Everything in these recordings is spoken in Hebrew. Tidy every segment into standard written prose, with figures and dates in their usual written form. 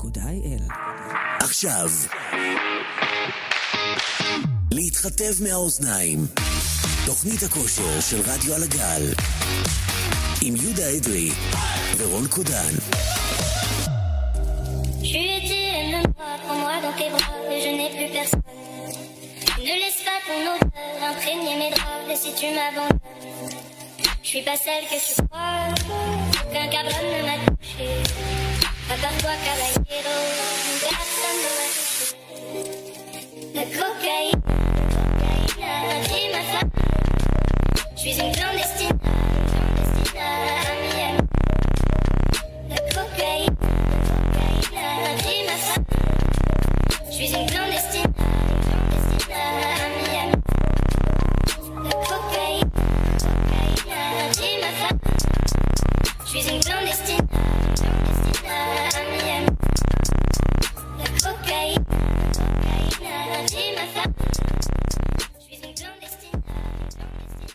www.radiogל.il. עכשיו להתחטב מהאוזניים, תוכנית הכושר של רדיו על הגל עם יהודה אדרי ורון קודן. Je suis éternel, prends-moi dans tes bras et je n'ai plus personne. Ne laisse pas ton odeur imprégner mes draps et si tu m'abandonnes, je suis pas celle que tu crois, aucun cabron ne m'a touché. À part toi, caballero, personne ne m'a touché. La cocaïne a pris ma femme. Je suis une clandestine à Miami. La cocaïne a pris ma femme. Je suis une clandestine à Miami. La cocaïne a pris ma femme. Je suis une clandestine à Miami. La cocaïne a pris ma femme. Je suis une clandestine à Miami.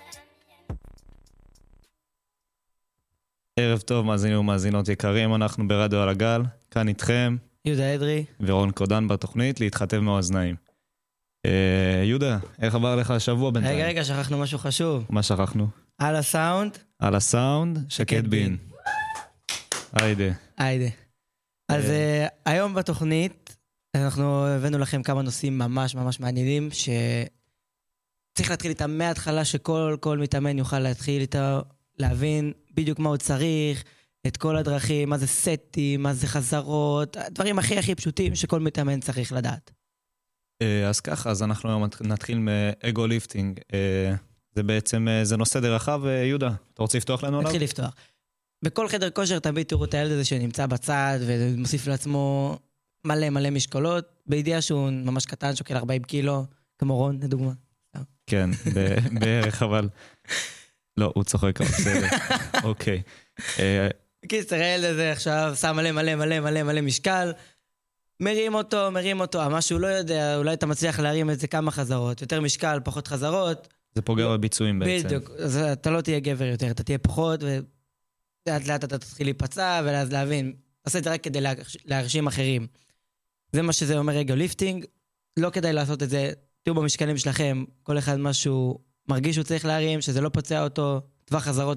ערב טוב, מאזינים ומאזינות יקרים, אנחנו ברדיו על הגל, כאן איתכם יהודה אדרי ורון קודן בתוכנית להתחטב מהאוזניים. יהודה, איך עבר לך השבוע בינתיים? רגע, שכחנו משהו חשוב. מה שכחנו? על הסאונד. על הסאונד, שקט בין. היידה. אז היום בתוכנית אנחנו הבאנו לכם כמה נושאים ממש ממש מעניינים שצריך להתחיל איתם מההתחלה, שכל מתאמן יוכל להתחיל איתו, להבין בדיוק מה הוא צריך, את כל הדרכים, מה זה סטים, מה זה חזרות, הדברים הכי פשוטים שכל מתאמן צריך לדעת. אז ככה, אז אנחנו היום נתחיל מאגו ליפטינג. זה בעצם, זה נושא די רחב. יהודה, אתה רוצה לפתוח לנו עליו? נתחיל לפתוח. בכל חדר כושר תמיד תראו את הילד הזה שנמצא בצד ומוסיף לעצמו מלא משקולות, בידיעה שהוא ממש קטן, שוקל 40 קילו, כמו רון, לדוגמה. כן, בערך, אבל לא, הוא צוחק, אבל בסדר. אוקיי. קיצר, הילד הזה עכשיו שם מלא משקל, מרים אותו, מה שהוא לא יודע, אולי אתה מצליח להרים את זה כמה חזרות, יותר משקל, פחות חזרות. זה פוגע בביצועים בעצם. בדיוק, אז אתה לא תהיה גבר יותר, אתה תהיה פחות, ולאט אתה תתחיל להיפצע, ואז להבין, עושה את זה רק כדי להרשים אחרים. זה מה שזה אומר רגע ליפטינג, לא כדאי לעשות את זה, תהיו במשקלים שלכם, כל אחד משהו מרגיש שהוא צריך להרים, שזה לא פוצע אותו, טווח חזרות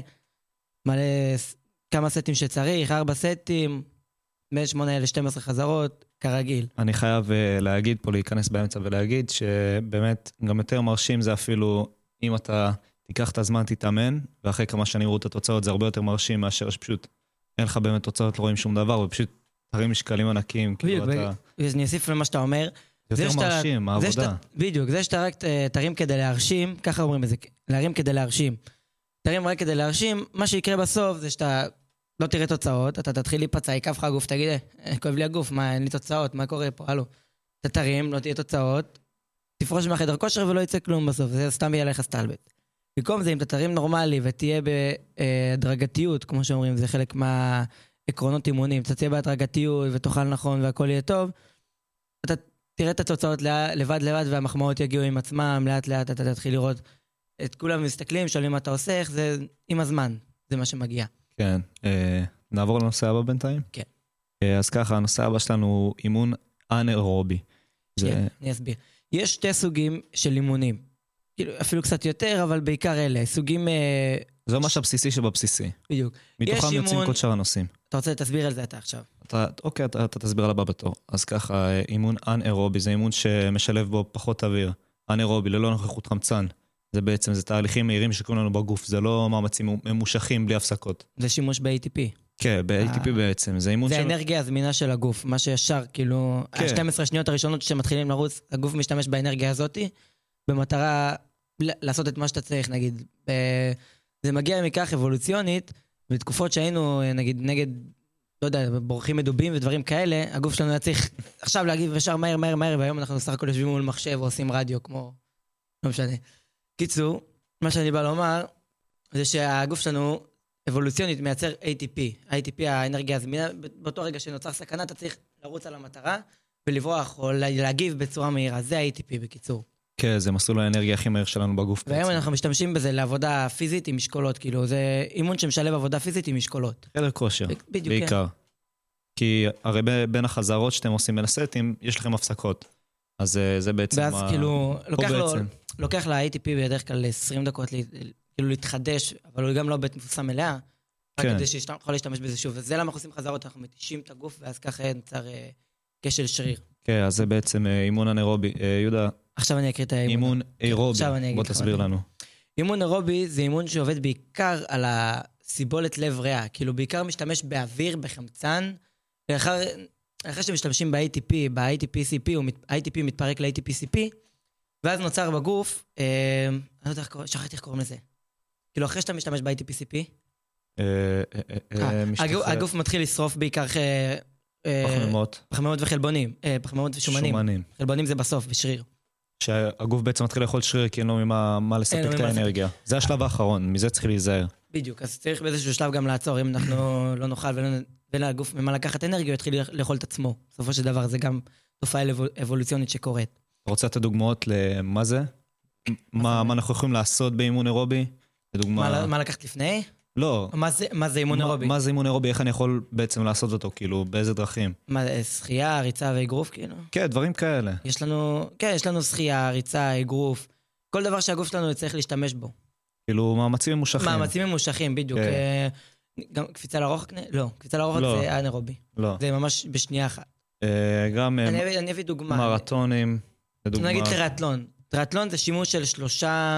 מלא כמה סטים שצריך, 4 סטים, בין 8 ל-12 חזרות, כרגיל. אני חייב להגיד פה, להיכנס באמצע ולהגיד שבאמת גם יותר מרשים זה אפילו, אם אתה תיקח את הזמן, תתאמן, ואחרי כמה שנים ראו את התוצאות, זה הרבה יותר מרשים מאשר שפשוט אין לך באמת תוצאות, לא רואים שום דבר, ופשוט תרים משקלים ענקים. אני אוסיף למה שאתה אומר. יותר מרשים, העבודה. בדיוק, זה שאתה רק תרים כדי להרשים, ככה אומרים את זה, להרים כדי להרשים. תרים רק כדי להרשים, מה שיקרה בסוף זה שאתה לא תראה תוצאות, אתה תתחיל להיפצע, יקף לך הגוף, תגיד, כואב לי הגוף, אין לי תוצאות, מה קורה פה, הלו. אתה תרים, לא תהיה תוצאות, תפרוש מהחדר כושר ולא יצא כלום בסוף, זה סתם יהיה לך סטלבט. במקום זה, אם אתה תרים נורמלי ותהיה בהדרגתיות, כמו שאומרים, זה חלק מהעקרונות אימונים, אתה תהיה בהדרגתיות ותאכל נכון והכל יהיה טוב, אתה תראה את התוצאות לבד והמחמאות יגיעו עם עצמם, לאט אתה תתחיל לראות את כולם מסתכלים, שואלים מה אתה עושה, זה עם הזמן, זה מה שמגיע. כן, נעבור לנושא הבא בינתיים? כן. אז ככה, הנושא הבא שלנו הוא אימון אנאירובי. כן, אני אסביר. יש 2 סוגים של אימונים, אפילו קצת יותר, אבל בעיקר אלה, סוגים... זה ממש הבסיסי שבבסיסי. בדיוק. מתוכם יוצאים כל שאר הנושאים. אתה רוצה תסביר על זה אתה עכשיו? אוקיי, אתה תסביר על הבא בתור. אז ככה, אימון אנאירובי, זה אימון שמשלב בו פחות אוויר. אנאירובי, ללא נוכחות חמצן. זה בעצם, זה תהליכים מהירים שקוראים לנו בגוף, זה לא מאמצים ממושכים בלי הפסקות. זה שימוש ב-ATP. כן, ב-ATP בעצם, זה אימון זה האנרגיה הזמינה של הגוף, מה שישר, כאילו, ה-12 שניות הראשונות שמתחילים לרוץ, הגוף משתמש באנרגיה הזאת, במטרה לעשות את מה שאתה צריך, נגיד. זה מגיע מכך אבולוציונית, בתקופות שהיינו, נגד, לא יודע, בורחים מדובים ודברים כאלה, הגוף שלנו היה צריך עכשיו להגיב ושאר מהר, והיום אנחנו סך הכל יושבים מול מחשב ועושים רדיו, כמו, לא משנה. קיצור, מה שאני בא לומר, זה שהגוף שלנו אבולוציונית מייצר ATP. ATP, האנרגיה הזמינה, באותו רגע שנוצר סכנה, אתה צריך לרוץ על המטרה, ולברוח או להגיב בצורה מהירה. זה ה-ATP בקיצור. כן, זה מסלול האנרגיה הכי מהיר שלנו בגוף. והיום אנחנו משתמשים בזה לעבודה פיזית עם משקולות, כאילו, זה אימון שמשלב עבודה פיזית עם משקולות. חדר כושר, בעיקר. כי הרי בין החזרות שאתם עושים בין הסטים, יש לכם הפסקות. אז זה בעצם... ואז כאילו, לוקח ל-ATP בדרך כלל 20 דקות כאילו להתחדש, אבל הוא גם לא בתפוסה מלאה, רק כדי שיכול להשתמש בזה שוב. וזה למה אנחנו עושים חזרות, אנחנו מתישים את הגוף, ואז ככה נוצר כשל שריר. כן, אז זה בעצם אימון אנאירובי. יהודה, עכשיו אני אקריא את האימון. אימון אירובי, בוא תסביר לנו. אימון אירובי זה אימון שעובד בעיקר על הסיבולת לב ריאה, כאילו בעיקר משתמש באוויר, בחמצן, אחרי שמשתמשים ב-ATP, ב-ATP-CP, ה-ATP מתפרק ל-ATP-CP, ואז נוצר בגוף, אני לא יודע, שכחתי איך קוראים לזה. כאילו אחרי שאתה משתמש ב-ATP-CP, הגוף מתחיל לשרוף בעיקר פחמימות וחלבונים, פחמימות ושומנים. חלבונים זה בסוף, בשריר. שהגוף בעצם מתחיל לאכול שריר, כי אין לו מה לספק את האנרגיה. זה השלב האחרון, מזה צריך להיזהר. בדיוק, אז צריך באיזשהו שלב גם לעצור, אם אנחנו לא נאכל ואין לגוף ממה לקחת אנרגיה, הוא יתחיל לאכול את עצמו. בסופו של דבר, זה גם תופעה אבולוציונית שקורית. אתה רוצה את הדוגמאות למה זה? מה אנחנו יכולים לעשות באימון אירובי? מה לקחת לפני? לא. מה זה אימון אירובי? מה זה אימון אירובי? איך אני יכול בעצם לעשות אותו? כאילו, באיזה דרכים? מה, שחייה, ריצה ואגרוף, כאילו? כן, דברים כאלה. יש לנו שחייה, ריצה, אגרוף. כל דבר שהגוף שלנו צריך להשתמש בו. כאילו, מאמצים ממושכים. מאמצים ממושכים, בדיוק. גם קפיצה לרוחק? לא. קפיצה לרוחק זה אנאירובי. לא. זה ממש בשנייה אחת. גם אני אביא דוגמה. מרתונים. נגיד טריאטלון. טריאטלון זה שימוש של שלושה,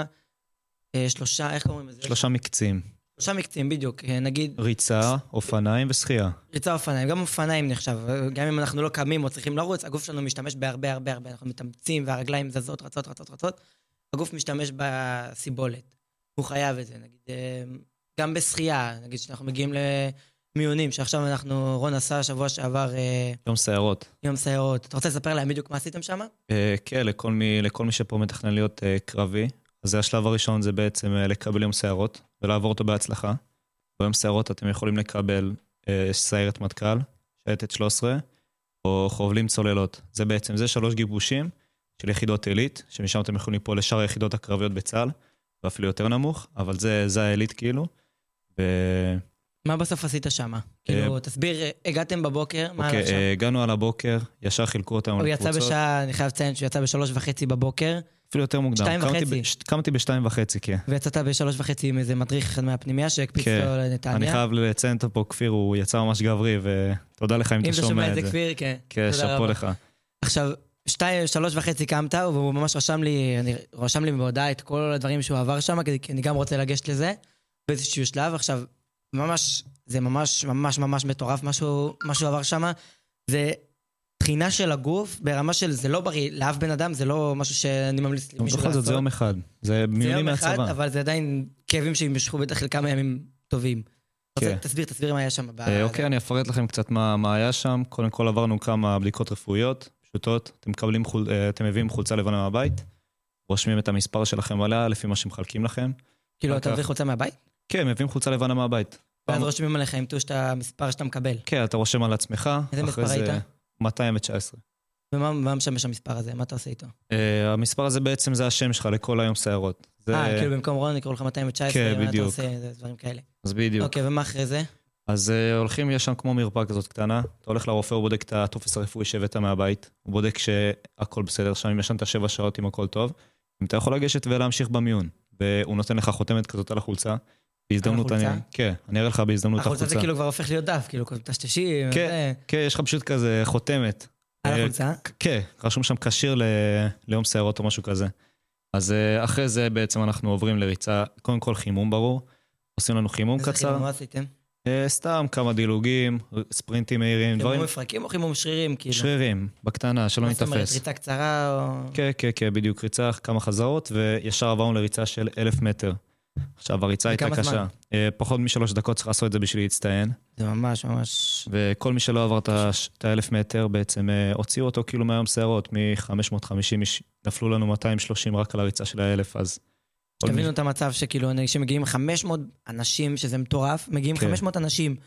איך קוראים לזה? 3 מקצים. 3 מקצים, בדיוק. נגיד... ריצה, אופניים ושחייה. ריצה, אופניים. גם אופניים נחשב. גם אם אנחנו לא קמים או צריכים לרוץ, הגוף שלנו משתמש בהרבה. אנחנו מתאמצים והרגליים זזות, רצות. הגוף משתמש בסיבולת. הוא חייב את זה. נגיד, גם בשחייה, נגיד שאנחנו מגיעים למיונים, שעכשיו רון עשה שבוע שעבר... יום סיירות. אתה רוצה לספר להם בדיוק מה עשיתם שם? כן, לכל מי שפה מתכנן להיות קרבי. אז זה השלב הראשון, זה בעצם לקבל יום סיירות, ולעבור אותו בהצלחה. ביום סיירות אתם יכולים לקבל סיירת מטכ"ל, שייטת 13, או חובלים צוללות. זה בעצם, זה 3 גיבושים של יחידות עילית, שמשם אתם יכולים ליפול לשאר היחידות הקרביות בצה"ל, ואפילו יותר נמוך, אבל זה העילית כאילו. מה בסוף עשית שם? כאילו, תסביר, הגעתם בבוקר, מה הלך שם? הגענו על הבוקר, ישר חילקו אותנו לקבוצות. הוא יצא בשעה, אני חייב לציין שהוא יצא ב3:30 בבוקר. אפילו יותר מוקדם. 2:30. קמתי ב2:30, כן. ויצאת ב3:30 עם איזה מדריך אחד מהפנימיה שהקפיץ לו לנתניה. אני חייב לציין פה, כפיר, הוא יצא ממש גברי, ותודה לך אם אתה שומע את זה. כפיר, כן. כן, שפו לך. עכשיו, 3:30 קמת, והוא ממש רשם לי בהודעה את כל הדברים שהוא עבר שם, כי אני גם רוצה לגשת לזה, באיזשהו שלב. עכשיו, זה ממש מטורף, משהו עבר שם. זה תחינה של הגוף, ברמה של זה לא בריא, לאף בן אדם, זה לא משהו שאני ממליץ למישהו לעשות. זה יום אחד, זה מיונים מהצבא. זה יום אחד, אבל זה עדיין כאבים שימשכו בטח כמה ימים טובים. תסביר מה היה שם. אוקיי, אני אפרט לכם קצת מה היה שם. קודם כל עברנו כמה בדיקות רפואיות, פשוטות. אתם מביאים חולצה לבנה מהבית, רושמים את המספר שלכם עליה, לפי מה שמחלקים לכם. כאילו, אתה מביא חולצה מהבית? כן, מביאים חולצה לבנה מהבית. ואז רושמים עליך עם טוש את המספר שאתה מקבל. כן, אתה רושם על עצמך. איזה מספר היית? 219. ומה משמש המספר הזה? מה אתה עושה איתו? המספר הזה בעצם זה השם שלך לכל היום סיירות. כאילו במקום רון נקראו לך 219, כן, מה אתה בדיוק. עושה? זה דברים כאלה. אז בדיוק. אוקיי, ומה אחרי זה? אז הולכים, יש שם כמו מרפאה כזאת קטנה, אתה הולך לרופא, הוא בודק את הטופס הרפואי שהבאת מהבית, הוא בודק שהכל בסדר, שם אם ישנת 7 שעות עם הכל טוב, אם אתה יכול לגשת ולהמשיך במיון, והוא נותן לך חותמת כזאת על החולצה, בהזדמנות אני... כן, אני אראה לך בהזדמנות החולצה. החולצה זה כאילו כבר הופך להיות דף, כאילו כל תשתשים. כן, יש לך פשוט כזה חותמת. על החולצה? כן, רשום שם כשיר ליום סיירות או משהו כזה. אז אחרי זה בעצם אנחנו עוברים לריצה, קודם כל חימום ברור, עושים לנו חימום קצר. איזה חימום עשיתם? סתם כמה דילוגים, ספרינטים מהירים, דברים. חימום מפרקים או חימום שרירים? שרירים, בקטנה, שלא נתפס. מה זאת אומרת, ריצה קצרה או... כן, בדיוק, ריצה כמה חזרות, וישר עברנו לריצה של 1,000 מטר. עכשיו, הריצה הייתה קשה. פחות מ3 דקות צריך לעשות את זה בשביל להצטיין. זה ממש. וכל מי שלא עבר את 1,000 מטר, בעצם הוציאו אותו כאילו מהיום סיירות, מ-550, נפלו לנו 230 רק על הריצה של 1,000, אז... תבינו את המצב שכאילו, שמגיעים 500 אנשים, שזה מטורף, מגיעים 500 אנשים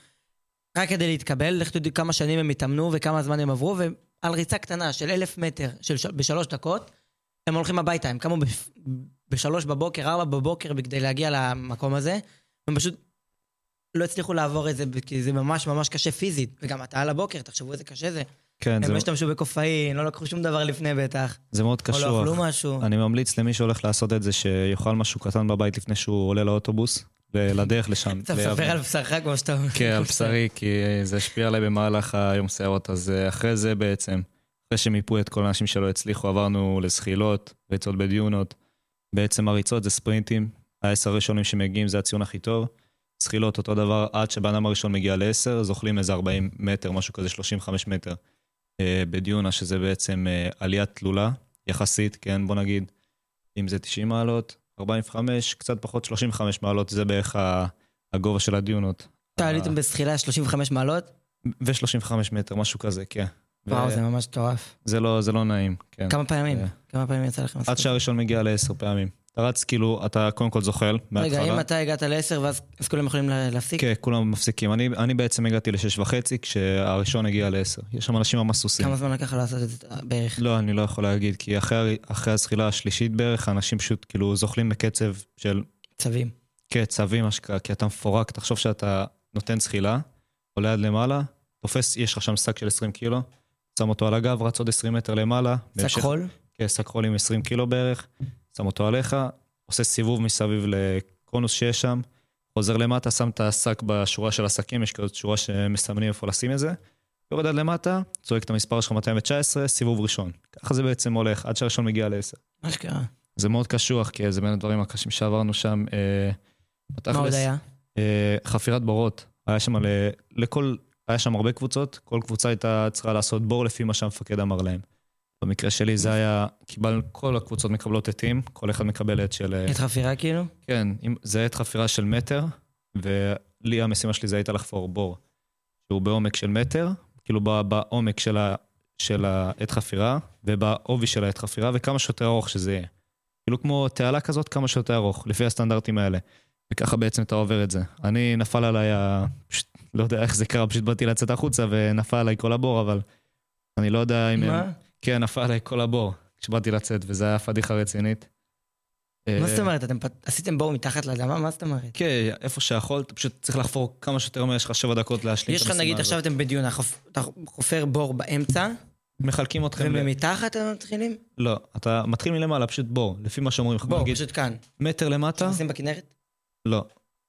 רק כדי להתקבל, לך תדעו כמה שנים הם התאמנו וכמה זמן הם עברו, ועל ריצה קטנה של 1,000 מטר, ב3 דקות, הם הולכים הביתה, הם קמו ב3 בבוקר, 4 בבוקר, בכדי להגיע למקום הזה, הם פשוט לא הצליחו לעבור את זה, כי זה ממש ממש קשה פיזית, וגם אתה על הבוקר, תחשבו איזה קשה זה. כן, הם לא השתמשו בקופאין, לא לקחו שום דבר לפני בטח. זה מאוד או קשוח. לא אכלו משהו. אני ממליץ למי שהולך לעשות את זה, שיאכל משהו קטן בבית לפני שהוא עולה לאוטובוס, לדרך לשם. אתה מספר על בשרך כמו שאתה אומר. כן, על בשרי, כי זה השפיע עליי במהלך היום שערות, אז אחרי זה בעצם, אחרי שמיפו את כל האנשים שלא הצליחו, עברנו לזחילות, ריצות בדיונות. בעצם הריצות זה ספרינטים, ה10 הראשונים שמגיעים זה הציון הכי טוב. זחילות אותו דבר, עד שבאדם הראשון מגיע ל10, זוכלים איזה 40 מטר, משהו כזה 35 מטר בדיונה, שזה בעצם עליית תלולה, יחסית, כן, בוא נגיד, אם זה 90 מעלות, 45, קצת פחות 35 מעלות, זה בערך הגובה של הדיונות. אתה עליתם בשחילה 35 מעלות? ו-35 מטר, משהו כזה, כן. וואו, זה ממש טורף. זה לא נעים, כן. כמה פעמים? כמה פעמים יצא לכם? עד שהראשון מגיע ל10 פעמים. אתה רץ כאילו, אתה קודם כל זוחל מההתחלה. רגע, אם אתה הגעת ל10 ואז כולם יכולים להפסיק? כן, כולם מפסיקים. אני בעצם הגעתי ל6.5 כשהראשון הגיע ל10. יש שם אנשים ממש סוסים. כמה זמן לקח לעשות את זה בערך? לא, אני לא יכול להגיד, כי אחרי הזחילה השלישית בערך, האנשים פשוט כאילו זוחלים בקצב של... צווים. כן, צווים השקעה, כי אתה מפורק, תחשוב שאתה נותן זחילה, עולה עד למעלה, תופס, יש לך שם שק של 20 קילו, שם אותו על הגב, רץ עוד 20 מטר למעלה. שק חול? כן, שק חול עם 20 קילו בערך, שם אותו עליך, עושה סיבוב מסביב לקונוס שיש שם, חוזר למטה, שם את השק בשורה של השקים, יש כזאת שורה שמסמנים איפה לשים את זה, יורד עד למטה, צועק את המספר שלך 219, סיבוב ראשון. ככה זה בעצם הולך, עד שהראשון מגיע ל10. מה שקרה? זה מאוד קשוח, כי זה בין הדברים הקשים שעברנו שם. מה עוד היה? חפירת בורות. היה שם הרבה קבוצות, כל קבוצה הייתה צריכה לעשות בור לפי מה שהמפקד אמר להם. במקרה שלי זה היה, כל הקבוצות מקבלות עתים, כל אחד מקבל עת של... עת חפירה כאילו? כן, זה עת חפירה של מטר, ולי המשימה שלי זה הייתה לחפור בור, שהוא בעומק של מטר, כאילו בעומק של העת חפירה, ובעובי של העת חפירה, וכמה שיותר ארוך שזה יהיה. כאילו כמו תעלה כזאת, כמה שיותר ארוך, לפי הסטנדרטים האלה. וככה בעצם אתה עובר את זה. אני נפל עליי, פשוט, לא יודע איך זה קרה, פשוט באתי לצאת החוצה, ונפל עליי כל הבור, אבל אני לא יודע אם... מה? כן, נפל עליי כל הבור, כשבאתי לצאת, וזה היה פדיחה רצינית. מה זאת אומרת? אתם עשיתם בור מתחת לאדמה? מה זאת אומרת? כן, איפה שיכול, אתה פשוט צריך לחפור כמה שיותר מהר, יש לך 7 דקות להשלים את יש לך נגיד, עכשיו אתם בדיון, אתה חופר בור באמצע, מחלקים אתכם... ומתחת אתם מתחילים? לא, אתה מתחיל מלמעלה, פשוט בור, לפי מה שאומרים. בור, פשוט כאן. מטר למטה... שעושים בכנרת? לא.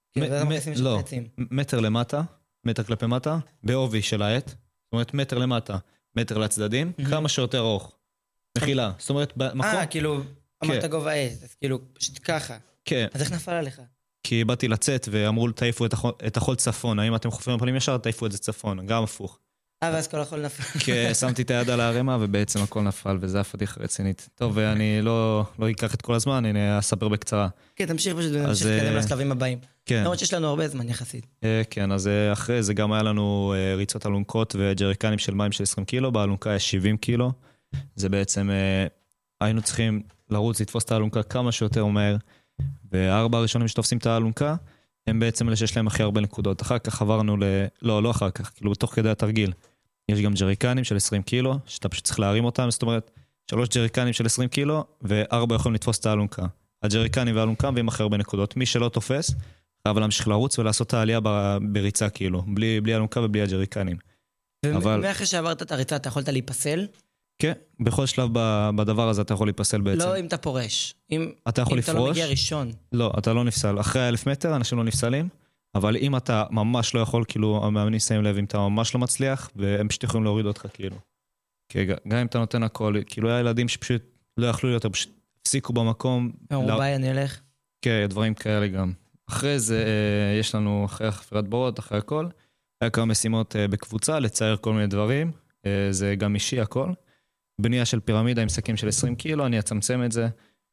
לא. מטר למטה, מטר כלפי מטה, בעובי של העט, זאת אומרת מטר למטה, מטר לצדדים, כמה שיותר ארוך. מחילה, זאת אומרת במקום... כאילו, אמרת גובה עט, אז כאילו, פשוט ככה. כן. אז איך נפל עליך? כי באתי לצאת ואמרו תעיפו את החול צפון, האם אתם חופרים בפנים ישר, תעיפו את זה צפון, גם הפוך. ואז כל החול נפל. כי שמתי את היד על הערימה ובעצם הכל נפל, וזה הפדיחה רצינית. טוב, ואני לא אקח את כל הזמן, הנה אספר בקצרה. כן, תמשיך פשוט ונמשיך להתקדם לשלבים הבאים. כן. למרות שיש לנו הרבה זמן יחסית. כן, אז אחרי זה גם היה לנו ריצות אלונקות וג'ריקנים של מים של 20 קילו, באלונקה יש 70 קילו. זה בעצם, היינו צריכים לרוץ, לתפוס את האלונקה כמה שיותר מהר, והארבע הראשונים שתופסים את האלונקה, הם בעצם אלה שיש להם הכי הרבה נקודות. אחר כך עברנו לא אחר כך, כאילו תוך כדי התרגיל. יש גם ג'ריקנים של 20 קילו, שאתה פשוט צריך להרים אותם, זאת אומרת, 3 ג'ריקנים של 20 קילו, ו4 יכולים לתפוס את האלונקה. הג'ריקנים והאלונקה מביאים הכי הרבה נקודות. מי שלא תופס, חייב להמשיך לרוץ ולעשות את העלייה בריצה, כאילו, בלי האלונקה ובלי הג'ריקנים. ואחרי שעברת את הריצה, אתה יכולת להיפסל? כן, בכל שלב בדבר הזה אתה יכול להיפסל בעצם. לא אם אתה פורש. אתה יכול לפרוש. אם אתה לא מגיע ראשון. לא, אתה לא נפסל. אחרי 1,000 מטר, אנשים לא נפסלים. אבל אם אתה ממש לא יכול, כאילו, המאמנים שמים לב, אם אתה ממש לא מצליח, והם פשוט יכולים להוריד אותך, כאילו. כי גם אם אתה נותן הכל, כאילו, היה ילדים שפשוט לא יכלו יותר, פשוט הפסיקו במקום. ביי, אני אלך. כן, דברים כאלה גם. אחרי זה, יש לנו, אחרי החפירת בורות, אחרי הכל, היה כמה משימות בקבוצה, לצייר כל מיני דברים. זה גם אישי, הכל. בנייה של פירמידה עם שקים של 20 קילו, אני אצמצם את זה.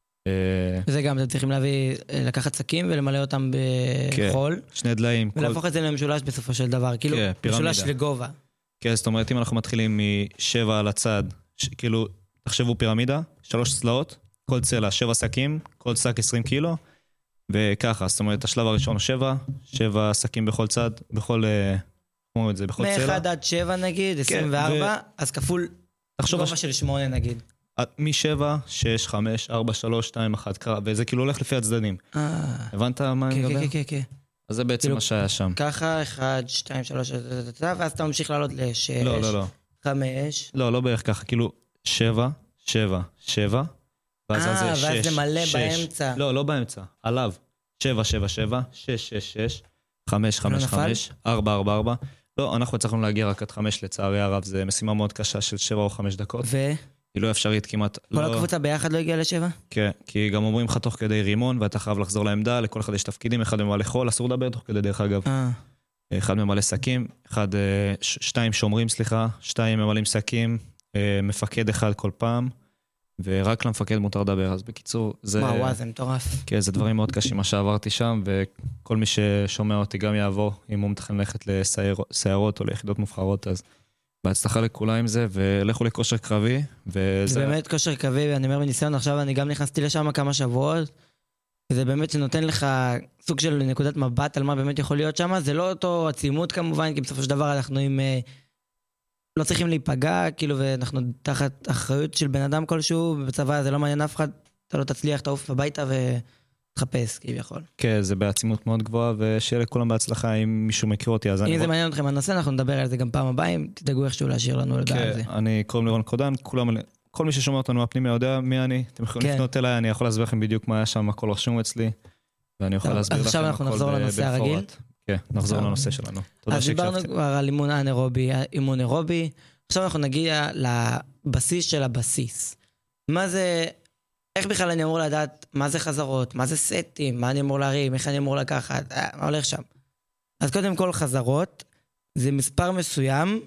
וזה גם, אתם צריכים לקחת שקים ולמלא אותם בחול. שני דליים. ולהפוך את זה למשולש בסופו של דבר, כאילו משולש לגובה. כן, זאת אומרת, אם אנחנו מתחילים מ7 על הצד, כאילו, תחשבו פירמידה, 3 צלעות, כל צלע 7 שקים, כל שק 20 קילו, וככה, זאת אומרת, השלב הראשון הוא 7 שקים בכל צד, בכל, כמו את זה, בכל צלע. מ1 עד 7 נגיד, 24, אז כפול גובה של 8 נגיד. מ7, 6, 5, 4, 3, 2, 1, קרה, וזה כאילו הולך לפי הצדדים. הבנת מה אני מדבר? כן. אז זה בעצם כאילו, מה שהיה שם. ככה, 1, 2, 3, ואז אתה ממשיך לעלות ל-6, לא. 5. לא בערך ככה, כאילו 7, 7, 7, ואז זה 6, ואז זה מלא 6. באמצע. לא באמצע, עליו. 7, 7, 7, 6, 6, 6, 5, 5, 5, 4, 4, 4. לא, אנחנו הצלחנו להגיע רק עד 5 לצערי הרב, זה משימה מאוד קשה של 7 או 5 דקות. היא לא אפשרית כמעט. כל הקבוצה ביחד לא הגיעה ל7? כן, כי גם אומרים לך תוך כדי רימון, ואתה חייב לחזור לעמדה, לכל אחד יש תפקידים, אחד ממלא חול, אסור לדבר תוך כדי דרך אגב. אחד ממלא שקים, 2 שומרים, 2 ממלאים שקים, מפקד אחד כל פעם, ורק למפקד מותר לדבר, אז בקיצור, זה... וואו, זה מטורף. כן, זה דברים מאוד קשים מה שעברתי שם, וכל מי ששומע אותי גם יעבור, אם הוא מתכן ללכת לסיירות או ליחידות מובחרות, אז בהצלחה לכולם עם זה, ולכו לכושר קרבי, זה באמת כושר קרבי, ואני אומר מניסיון, עכשיו אני גם נכנסתי לשם כמה שבועות, וזה באמת שנותן לך סוג של נקודת מבט על מה באמת יכול להיות שם, זה לא אותו עצימות כמובן, כי בסופו של דבר אנחנו לא צריכים להיפגע, כאילו, ואנחנו תחת אחריות של בן אדם כלשהו, בצבא זה לא מעניין אף אחד, אתה לא תצליח, תעוף הביתה ותחפש, כביכול. כן, זה בעצימות מאוד גבוהה, ושיהיה לכולם בהצלחה, אם מישהו מכיר אותי, אז אם זה מעניין אתכם הנושא, אנחנו נדבר על זה גם פעם הבאה, אם תדאגו איכשהו להשאיר לנו לדעת על זה. כן, אני קוראים לי רון קודן, כל מי ששומע אותנו הפנימי יודע מי אני, אתם יכולים לפנות אליי, אני יכול להסביר לכם בדיוק מה היה שם, הכל רשום אצלי, ואני יכול להסביר לכם הכל בפורט. כן, נחזור לנושא שלנו. אז דיברנו כבר על אימון אנאירובי, אימון אירובי. עכשיו אנחנו נגיע לבסיס של הבסיס. מה זה, איך בכלל אני אמור לדעת מה זה חזרות, מה זה סטים, מה אני אמור להרים, איך אני אמור לקחת, מה הולך שם? אז קודם כל חזרות, זה מספר מסוים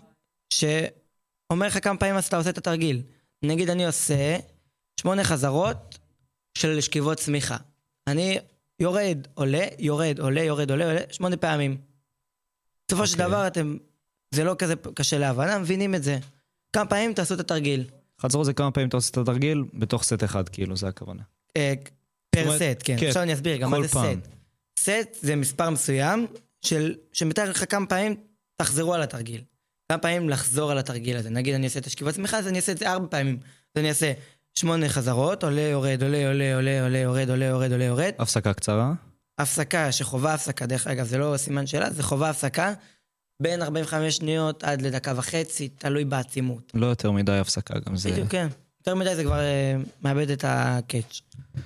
שאומר לך כמה פעמים אתה עושה את התרגיל. נגיד אני עושה 8 חזרות של שכיבות צמיחה. אני יורד, עולה, יורד, עולה, יורד, עולה, 8 פעמים. בסופו של דבר זה לא כזה קשה להבנה, מבינים את זה. כמה פעמים תעשו את התרגיל. חזרות זה כמה פעמים אתה עושה את התרגיל, בתוך סט אחד, כאילו, זה הכוונה. פר סט, כן. עכשיו אני אסביר גם מה זה סט. סט זה מספר מסוים, שמתאר לך כמה פעמים תחזרו על התרגיל. כמה פעמים לחזור על התרגיל הזה. נגיד אני אעשה את השכיבות צמיחה, אז אני אעשה את זה 4 פעמים. אז אני אעשה 8 חזרות, עולה, יורד, עולה, עולה, עולה, עולה, יורד, עולה, יורד, עולה, יורד. הפסקה קצרה. הפסקה שחובה הפסקה, דרך אגב, זה לא סימן שאלה, זה חובה הפסקה, בין 45 שניות עד לדקה וחצי, תלוי בעצימות. לא יותר מדי הפסקה, גם זה... בדיוק, כן. יותר מדי זה כבר מאבד את הקאץ'.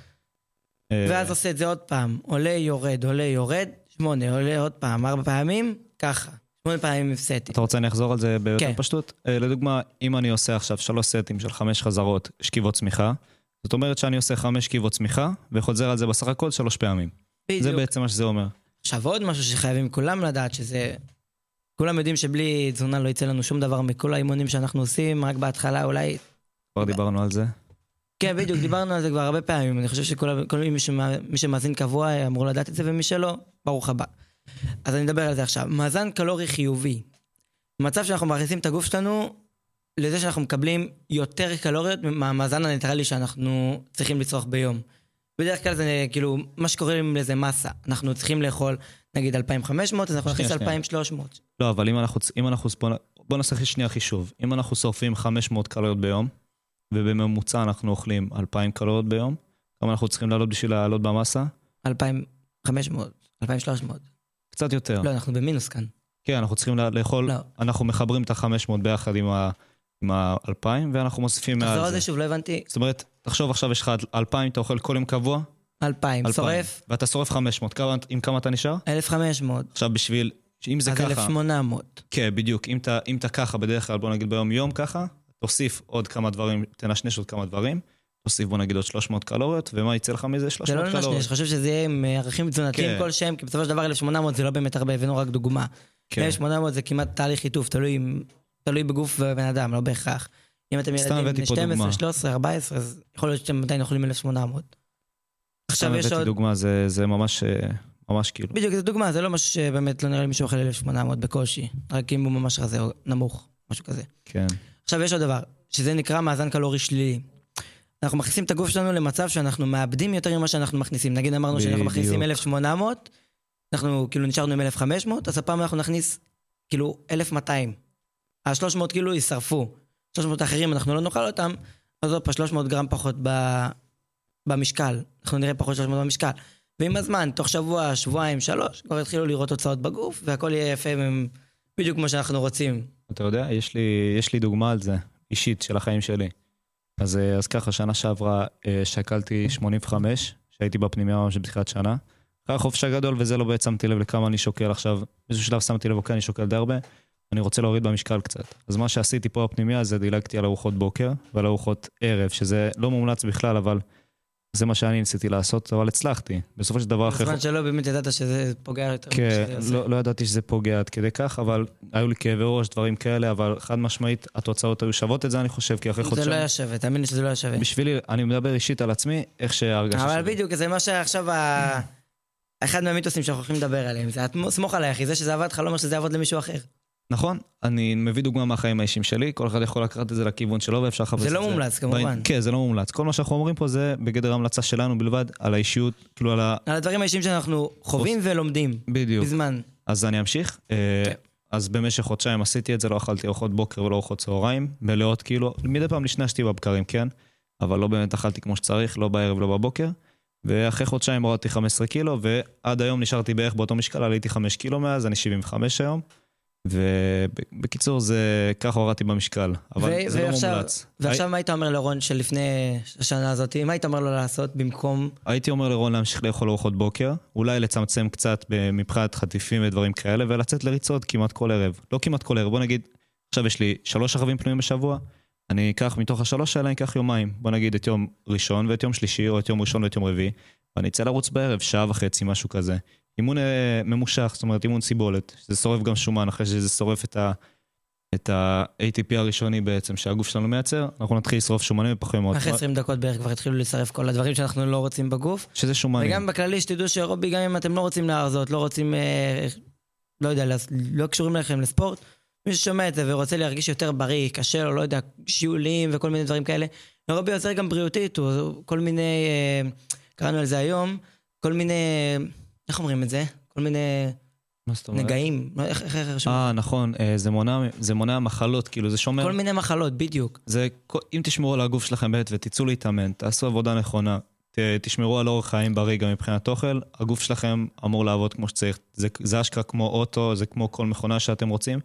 ואז עושה את זה עוד פעם, עולה, יורד, עולה, יורד, 8, עולה עוד פעם, 4 פעמים, ככה. 8 פעמים סטים. אתה רוצה אני אחזור על זה ביותר פשטות? לדוגמה, אם אני עושה עכשיו 3 סטים של 5 חזרות שכיבות צמיחה, זאת אומרת שאני עושה 5 שכיבות צמיחה, וחוזר על זה בסך הכל 3 פעמים. בדיוק. זה בעצם מה שזה אומר. עכשיו עוד משהו שחייבים כולם לדעת, שזה... כולם יודעים שבלי תזונה לא יצא לנו שום דבר מכל האימונים שאנחנו עושים, רק בהתחלה אולי... כבר דיברנו על זה? כן, בדיוק, דיברנו על זה כבר הרבה פעמים. אני חושב שכל מי שמאזין קבוע אמור לדעת את זה, ומי שלא, ברוך הבא. אז אני אדבר על זה עכשיו. מאזן קלורי חיובי. מצב שאנחנו מכניסים את הגוף שלנו לזה שאנחנו מקבלים יותר קלוריות מהמאזן הניטרלי שאנחנו צריכים לצרוך ביום. בדרך כלל זה כאילו, מה שקוראים לזה מסה. אנחנו צריכים לאכול, נגיד 2,500, אז אנחנו נכניס 2,300. לא, אבל אם אנחנו בוא נעשה שנייה חישוב. אם אנחנו שורפים 500 קלוריות ביום, ובממוצע אנחנו אוכלים 2,000 קלוריות ביום, כמה אנחנו צריכים לעלות בשביל לעלות במסה? 2,500, 2,300. קצת יותר. לא, אנחנו במינוס כאן. כן, אנחנו צריכים לאכול, אנחנו מחברים את ה-500 ביחד עם ה-2,000, ואנחנו מוסיפים מעל זה. תחזור על זה שוב, לא הבנתי. זאת אומרת, תחשוב עכשיו יש לך 2,000, אתה אוכל כל יום קבוע? 2,000, שורף. ואתה שורף 500, עם כמה אתה נשאר? 1,500. עכשיו בשביל, אם זה ככה... אז 1,800. כן, בדיוק. אם אתה ככה, בדרך כלל, בוא נגיד ביום יום ככה, תוסיף עוד כמה דברים, תנשנש עוד כמה דברים, תוסיף בוא נגיד עוד 300 קלוריות, ומה יצא לך מזה? 300 קלוריות. זה לא נשנש, חושב שזה יהיה עם ערכים תזונתיים כלשהם, כי בסופו של דבר 1,800 זה לא באמת הרבה, הבאנו רק דוגמה. 1,800 זה כמעט תהליך חיתוף, תלוי בגוף ובן אדם, לא בהכרח. אם אתם ילדים 12, 13, 14, אז יכול להיות שאתם עדיין אוכלים 1,800. עכשיו יש עוד... דוגמה, זה ממש כאילו. בדיוק, זה דוגמה, זה לא משהו שבאמת לא נראה לי מישהו אוכל 1,800 בקושי, רק אם הוא ממש רזה או נמוך, משהו כזה. כן. עכשיו יש עוד דבר, שזה נקרא מאזן קלורי שלילי. אנחנו מכניסים את הגוף שלנו למצב שאנחנו מאבדים יותר ממה שאנחנו מכניסים. נגיד אמרנו שאנחנו מכניסים 1,800, אנחנו כאילו נשארנו עם 1,500, אז הפעם אנחנו נכניס כאילו 1,200. ה-300 כאילו יישרפו. 300 האחרים אנחנו לא נאכל אותם, אז עוד פעם 300 גרם פחות במשקל. אנחנו נראה פחות 300 במשקל. ועם הזמן, תוך שבוע, שבועיים, 3, כבר התחילו לראות תוצאות בגוף, והכל יהיה יפה, בדיוק כמו שאנחנו רוצים. אתה יודע, יש לי דוגמה על זה, אישית, של החיים שלי. אז ככה, שנה שעברה שקלתי 85, שהייתי בפנימיה ממש בתחילת שנה. אחרי החופש הגדול, וזה לא בעצם שמתי לב לכמה אני שוקל עכשיו. באיזשהו שלב שמתי לב, אוקיי, אני שוקל די הרבה, אני רוצה להוריד במשקל קצת. אז מה שעשיתי פה בפנימיה, זה דילגתי על ארוחות בוקר ועל ארוחות ערב, שזה לא מומלץ בכלל, אבל זה מה שאני ניסיתי לעשות, אבל הצלחתי. בסופו של דבר אחרי... בזמן שלא באמת ידעת שזה פוגע יותר. כן, לא ידעתי שזה פוגע עד כדי כך, אבל היו לי כאבי ראש, דברים כאלה, אבל חד משמעית, התוצאות היו שוות את זה, אני חושב, כי אחרי חודשיים... זה לא היה שווה, תאמין לי שזה לא היה שווה. בשבילי, אני מדבר אישית על עצמי, איך שההרגשה שלי. אבל בדיוק, זה מה שעכשיו אחד מהמיתוסים שאנחנו יכולים לדבר עליהם, זה סמוך עליי, אחי, זה שזה עבד לך, לא אומר שזה יעבוד למישהו אחר. נכון, אני מביא דוגמה מהחיים האישיים שלי, כל אחד יכול לקחת את זה לכיוון שלו, ואפשר לחפש את זה. זה לא מומלץ, כמובן. כן, זה לא מומלץ. כל מה שאנחנו אומרים פה זה בגדר המלצה שלנו בלבד, על האישיות, כאילו על הדברים האישיים שאנחנו חווים ולומדים. בדיוק. בזמן. אז אני אמשיך. אז במשך חודשיים עשיתי את זה, לא אכלתי ארוחות בוקר ולא ארוחות צהריים, מלאות כאילו, מדי פעם נשנשתי בבקרים, כן, אבל לא באמת אכלתי כמו שצריך, לא בערב, לא בבוקר. ואחרי חודשיים הורדתי 15 קילו, ועד היום נשארתי בערך באותו משקל, עליתי 5 קילו מאז, אני 75 היום. ובקיצור זה ככה הורדתי במשקל, אבל זה לא מומלץ. ועכשיו מה היית אומר לרון שלפני השנה הזאת, מה היית אומר לו לעשות במקום? הייתי אומר לרון להמשיך לאכול ארוחות בוקר, אולי לצמצם קצת מבחינת חטיפים ודברים כאלה, ולצאת לריצות כמעט כל ערב. לא כמעט כל ערב, בוא נגיד, עכשיו יש לי 3 רכבים פנויים בשבוע, אני אקח מתוך ה3 האלה, אני אקח יומיים. בוא נגיד את יום ראשון ואת יום שלישי, או את יום ראשון ואת יום רביעי, ואני אצא לרוץ בערב, 1.5 שעה, משהו כזה. אימון ממושך, זאת אומרת אימון סיבולת, שזה שורף גם שומן, אחרי שזה שורף את ה-ATP הראשוני בעצם, שהגוף שלנו מייצר, אנחנו נתחיל לשרוף שומנים בפחים מאוד. אחרי 20 דקות בערך כבר התחילו לשרף כל הדברים שאנחנו לא רוצים בגוף. שזה שומנים. וגם בכללי שתדעו שאירובי, גם אם אתם לא רוצים להרזות, לא רוצים, לא יודע, לא קשורים לכם לספורט, מי ששומע את זה ורוצה להרגיש יותר בריא, קשה לו, לא יודע, שיעולים וכל מיני דברים כאלה, אירובי עוזר גם בריאותית, כל מיני, קראנו על זה היום, כל מיני, איך אומרים את זה? כל מיני נגעים. נכון, זה מונע מחלות, כאילו זה שומר. כל מיני מחלות, בדיוק. אם תשמרו על הגוף שלכם בעת ותצאו להתאמן, תעשו עבודה נכונה, תשמרו על אורח חיים בריא גם מבחינת אוכל, הגוף שלכם אמור לעבוד כמו שצריך. זה אשכרה כמו אוטו, זה כמו כל מכונה שאתם רוצים.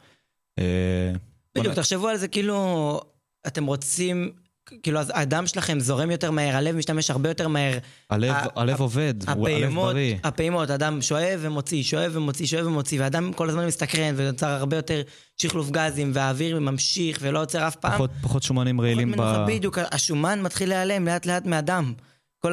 בדיוק, תחשבו על זה כאילו אתם רוצים... כאילו, הדם שלכם זורם יותר מהר, הלב משתמש הרבה יותר מהר. הלב עובד, הוא הלב בריא. הפעימות, הדם שואב ומוציא, שואב ומוציא, שואב ומוציא, והדם כל הזמן מסתקרן, ונוצר הרבה יותר שחלוף גזים, והאוויר ממשיך ולא עוצר אף פעם. פחות שומנים רעילים בדיוק, השומן מתחיל להיעלם לאט לאט מהדם. כל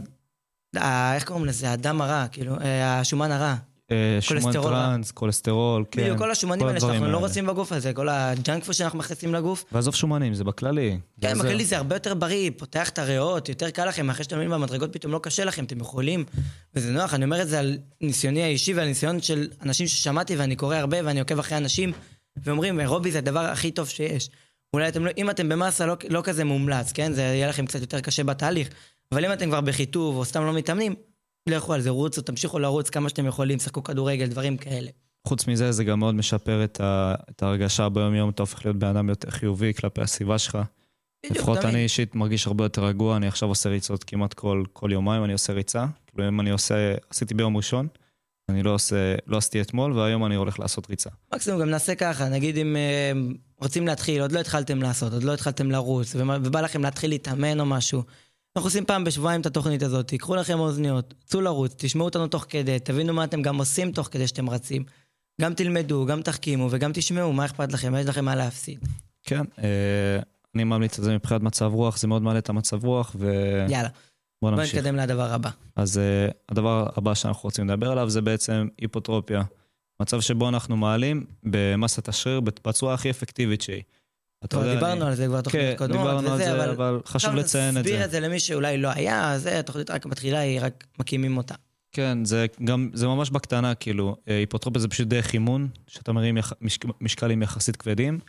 איך קוראים לזה? הדם הרע, כאילו, השומן הרע. שומן טרנס, קולסטרול, כן. בדיוק, כל השומנים האלה שאנחנו לא רוצים בגוף הזה, כל הג'אנק פוד שאנחנו מכניסים לגוף. ועזוב שומנים, זה בכללי. כן, בכללי זה הרבה יותר בריא, פותח את הריאות, יותר קל לכם, אחרי שאתם עולים במדרגות פתאום לא קשה לכם, אתם יכולים, וזה נוח, אני אומר את זה על ניסיוני האישי ועל ניסיון של אנשים ששמעתי, ואני קורא הרבה ואני עוקב אחרי אנשים, ואומרים, אירובי זה הדבר הכי טוב שיש. אולי אם אתם במסה לא כזה מומלץ, כן? זה יהיה לכם קצת יותר קשה בתהליך, אבל אם אתם כבר בחיטוב או סתם לא מתאמנים, לכו על זה, רוצו, תמשיכו לרוץ כמה שאתם יכולים, שחקו כדורגל, דברים כאלה. חוץ מזה, זה גם מאוד משפר את ההרגשה ביום יום, אתה הופך להיות באדם יותר חיובי כלפי הסביבה שלך. לפחות אני אישית מרגיש הרבה יותר רגוע, אני עכשיו עושה ריצות כמעט כל יומיים, אני עושה ריצה. כאילו אם אני עשיתי ביום ראשון, אני לא עשיתי אתמול, והיום אני הולך לעשות ריצה. מקסימום גם נעשה ככה, נגיד אם רוצים להתחיל, עוד לא התחלתם לעשות, עוד לא התחלתם לרוץ, ובא לכם להתחיל להתאמן או משהו, אנחנו עושים פעם בשבועיים את התוכנית הזאת, תיקחו לכם אוזניות, צאו לרוץ, תשמעו אותנו תוך כדי, תבינו מה אתם גם עושים תוך כדי שאתם רצים, גם תלמדו, גם תחכימו וגם תשמעו מה אכפת לכם, יש לכם מה להפסיד. כן, אני ממליץ את זה מבחינת מצב רוח, זה מאוד מעלה את המצב רוח יאללה, בוא נתקדם לדבר הבא. אז הדבר הבא שאנחנו רוצים לדבר עליו זה בעצם היפוטרופיה, מצב שבו אנחנו מעלים במסת השריר בצורה הכי אפקטיבית שהיא. דיברנו על זה כבר תוכנית קודמות, דיברנו על זה, אבל חשוב לציין את זה. תסביר את זה למי שאולי לא היה, התוכנית רק מתחילה, היא רק מקימים אותה. כן, זה ממש בקטנה, כאילו, היפוטרופיה זה פשוט דרך אימון, שאתה מרים משקלים יחסית כבדים.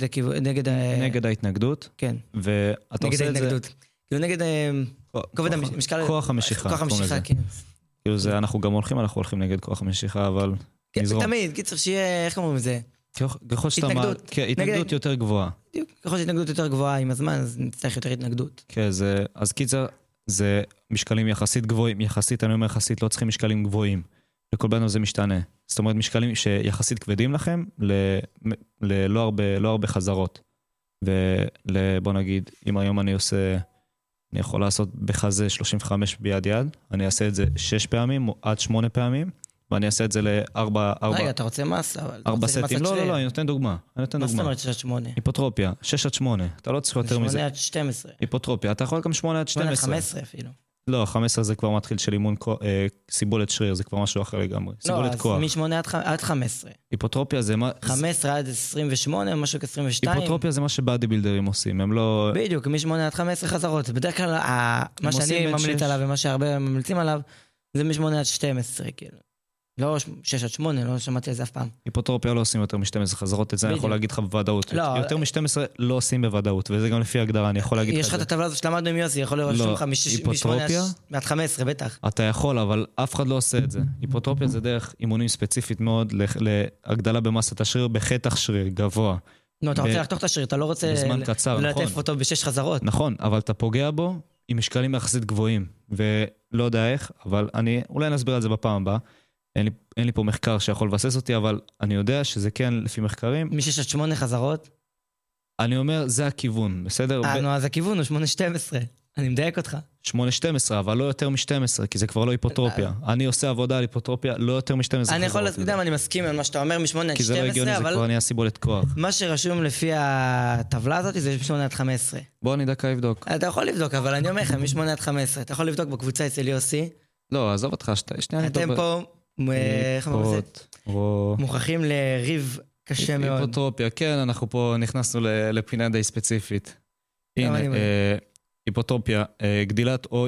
נגד ההתנגדות. כן. ואתה עושה את זה... כאילו נגד כובד המשקל... כוח המשיכה. כוח המשיכה, כן. כאילו זה, אנחנו גם הולכים נגד כוח המשיכה, אבל... כן, תמיד, כי צריך שיהיה, איך קוראים לזה? התנגדות יותר גבוהה. ככל שהתנגדות יותר גבוהה עם הזמן, אז נצטרך יותר התנגדות. כן, אז קיצר, זה משקלים יחסית גבוהים, יחסית, אני אומר יחסית, לא צריכים משקלים גבוהים. לכל בנו זה משתנה. זאת אומרת, משקלים שיחסית כבדים לכם, לא הרבה חזרות. ובוא נגיד, אם היום אני יכול לעשות בחזה 35 ביד יד, אני אעשה את זה 6 פעמים, עד 8 פעמים, ואני אעשה את זה לארבע... רגע, אתה רוצה מסה, אבל... 4 סטים, לא, אני נותן דוגמה. מה זאת אומרת 6 עד 8? היפוטרופיה, 6 עד 8, אתה לא צריך יותר מזה. 8 עד 12. היפוטרופיה, אתה יכול גם 8 עד 12. 8 עד 15 אפילו. לא, 15 זה כבר מתחיל של אימון סיבולת שריר, זה כבר משהו אחר לגמרי. סיבולת כוח. לא, אז מ-8 עד 15. היפוטרופיה זה מה... 15 עד 28, משהו כ-22. היפוטרופיה זה מה שבאדי בילדרים עושים, הם לא... בדיוק, מ-8 עד 15 חזרות. בדרך כלל, מה שאני ממליץ עליו ומה שהרבה ממליצים עליו, זה מ-8 עד 12, כאילו. לא 6 עד 8, לא שמעתי על זה אף פעם. היפוטרופיה לא עושים יותר מ-12 חזרות, את זה אני יכול להגיד לך בוודאות. יותר מ-12 לא עושים בוודאות, וזה גם לפי הגדרה, אני יכול להגיד לך את זה. יש לך את הטבלה הזאת שלמדנו עם יוסי, יכול לרשום לך מ-8 עד 15, בטח. אתה יכול, אבל אף אחד לא עושה את זה. היפוטרופיה זה דרך אימונים ספציפית מאוד להגדלה במסת השריר, בחתך שריר גבוה. לא, אתה רוצה לחתוך את השריר, אתה לא רוצה ללטף אותו ב6 חזרות. נכון, אבל אתה פוגע בו עם משקלים יחסית גבוהים, ולא יודע איך, אבל אולי נסביר על זה בפעם הבאה. אין לי פה מחקר שיכול לבסס אותי, אבל אני יודע שזה כן לפי מחקרים. מ6 עד 8 חזרות? אני אומר, זה הכיוון, בסדר? נו, אז הכיוון הוא 8-12. אני מדייק אותך. 8-12, אבל לא יותר מ-12, כי זה כבר לא היפוטרופיה. אני עושה עבודה על היפוטרופיה, לא יותר מ-12 חזרות. אני יכול להסכים, אני מסכים על מה שאתה אומר, מ-8 עד 12, כי זה לא הגיוני, זה כבר נהיה סיבולת כוח. מה שרשום לפי הטבלה הזאת זה מ-8 עד 15. בוא אני דקה לבדוק. אתה יכול לבדוק, אבל אני אומר לך, מ-8 עד 15. אתה יכול לבדוק בקבוצה אצל יוסי. לא, עזוב אותך, שנייה אני אתם פה, איך אמרו זה? מוכרחים לריב קשה מאוד. היפוטרופיה, כן, אנחנו פה נכנסנו לפינה די ספציפית. הנה, היפוטרופיה, גדילת או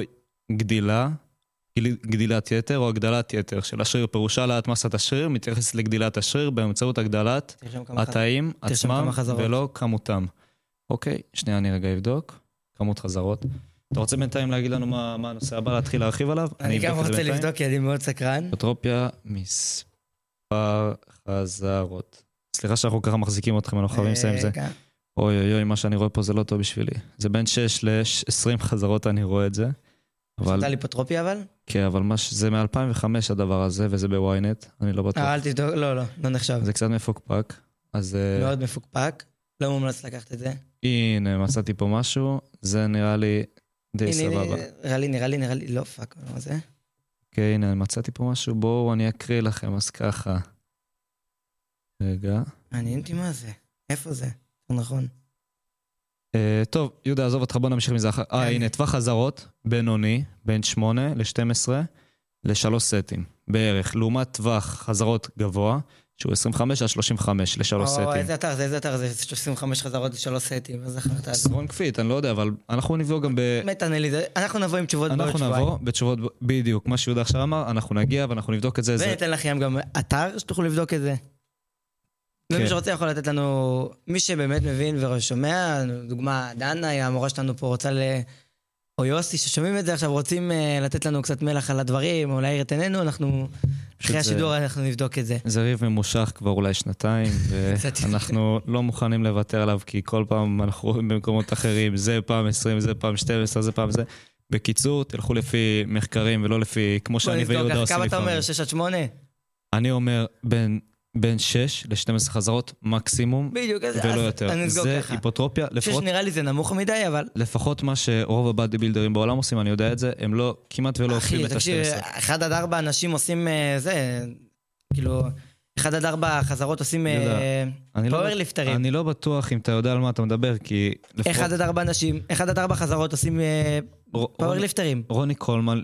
גדילת יתר או הגדלת יתר של השריר, פירושה העלאת מסת השריר, מתייחס לגדילת השריר באמצעות הגדלת התאים עצמם ולא כמותם. אוקיי, שנייה אני רגע אבדוק. כמות חזרות. אתה רוצה בינתיים להגיד לנו מה הנושא הבא, להתחיל להרחיב עליו? אני גם רוצה לבדוק, כי אני מאוד סקרן. היפוטרופיה, מספר חזרות. סליחה שאנחנו ככה מחזיקים אתכם, אנחנו חייבים לסיים זה. אוי, מה שאני רואה פה זה לא טוב בשבילי. זה בין 6 ל-20 חזרות אני רואה את זה. שאתה על היפוטרופיה אבל? כן, אבל זה מ-2005 הדבר הזה, וזה בוויינט, אני לא בטוח. אל תבדוק, לא נחשב. זה קצת מפוקפק, אז... מאוד מפוקפק, לא מומלץ לקחת את זה. הנה, מצאתי פה משהו, זה נראה לי די סבבה. נראה לי, לא פאק, מה זה? אוקיי, הנה, מצאתי פה משהו, בואו אני אקריא לכם, אז ככה. רגע. מעניין אותי מה זה, איפה זה? נכון. טוב, יהודה, עזוב אותך, בוא נמשיך מזה. הנה, טווח חזרות, בינוני, בין 8 ל-12 ל-3 סטים, בערך, לעומת טווח חזרות גבוה, שהוא 25 עד 35 ל-3 סטים. איזה אתר, זה 25 חזרות ל-3 סטים, אז אחרת. סרון כפית, אני לא יודע, אבל אנחנו נבוא גם אנחנו נבוא עם תשובות בעוד שבועיים. אנחנו נבוא בתשובות, בדיוק, מה שיהודה עכשיו אמר, אנחנו נגיע ואנחנו נבדוק את זה. וניתן לכם גם אתר שתוכלו לבדוק את זה. ומי שרוצה יכול לתת לנו, מי שבאמת מבין ושומע, דוגמה, דנה, המורה שלנו פה רוצה או יוסי, ששומעים את זה עכשיו, רוצים לתת לנו קצת מלח על הדברים, או להעיר את עינינו, אנחנו, אחרי השידור אנחנו נבדוק את זה. זה ריב ממושך כבר אולי 2 ואנחנו לא מוכנים לוותר עליו, כי כל פעם אנחנו רואים במקומות אחרים, זה פעם 20, זה פעם 12, זה פעם זה. בקיצור, תלכו לפי מחקרים ולא לפי, כמו שאני ויהודה עושים לפעמים. כמה אתה אומר, 6 עד 8? אני אומר בין 6 ל-12 חזרות מקסימום, בדיוק, ולא יותר. זה היפוטרופיה. 6 נראה לי זה נמוך מדי, אבל... לפחות מה שרוב הבאדי בילדרים בעולם עושים, אני יודע את זה, הם לא, כמעט ולא עושים את ה-12. 1 עד 4 אנשים עושים זה, כאילו, 1 עד 4 חזרות עושים פאוורליפטרים. אני לא בטוח אם אתה יודע על מה אתה מדבר, כי... 1 עד 4 אנשים, 1 עד 4 חזרות עושים פאוורליפטרים. רוני קולמן,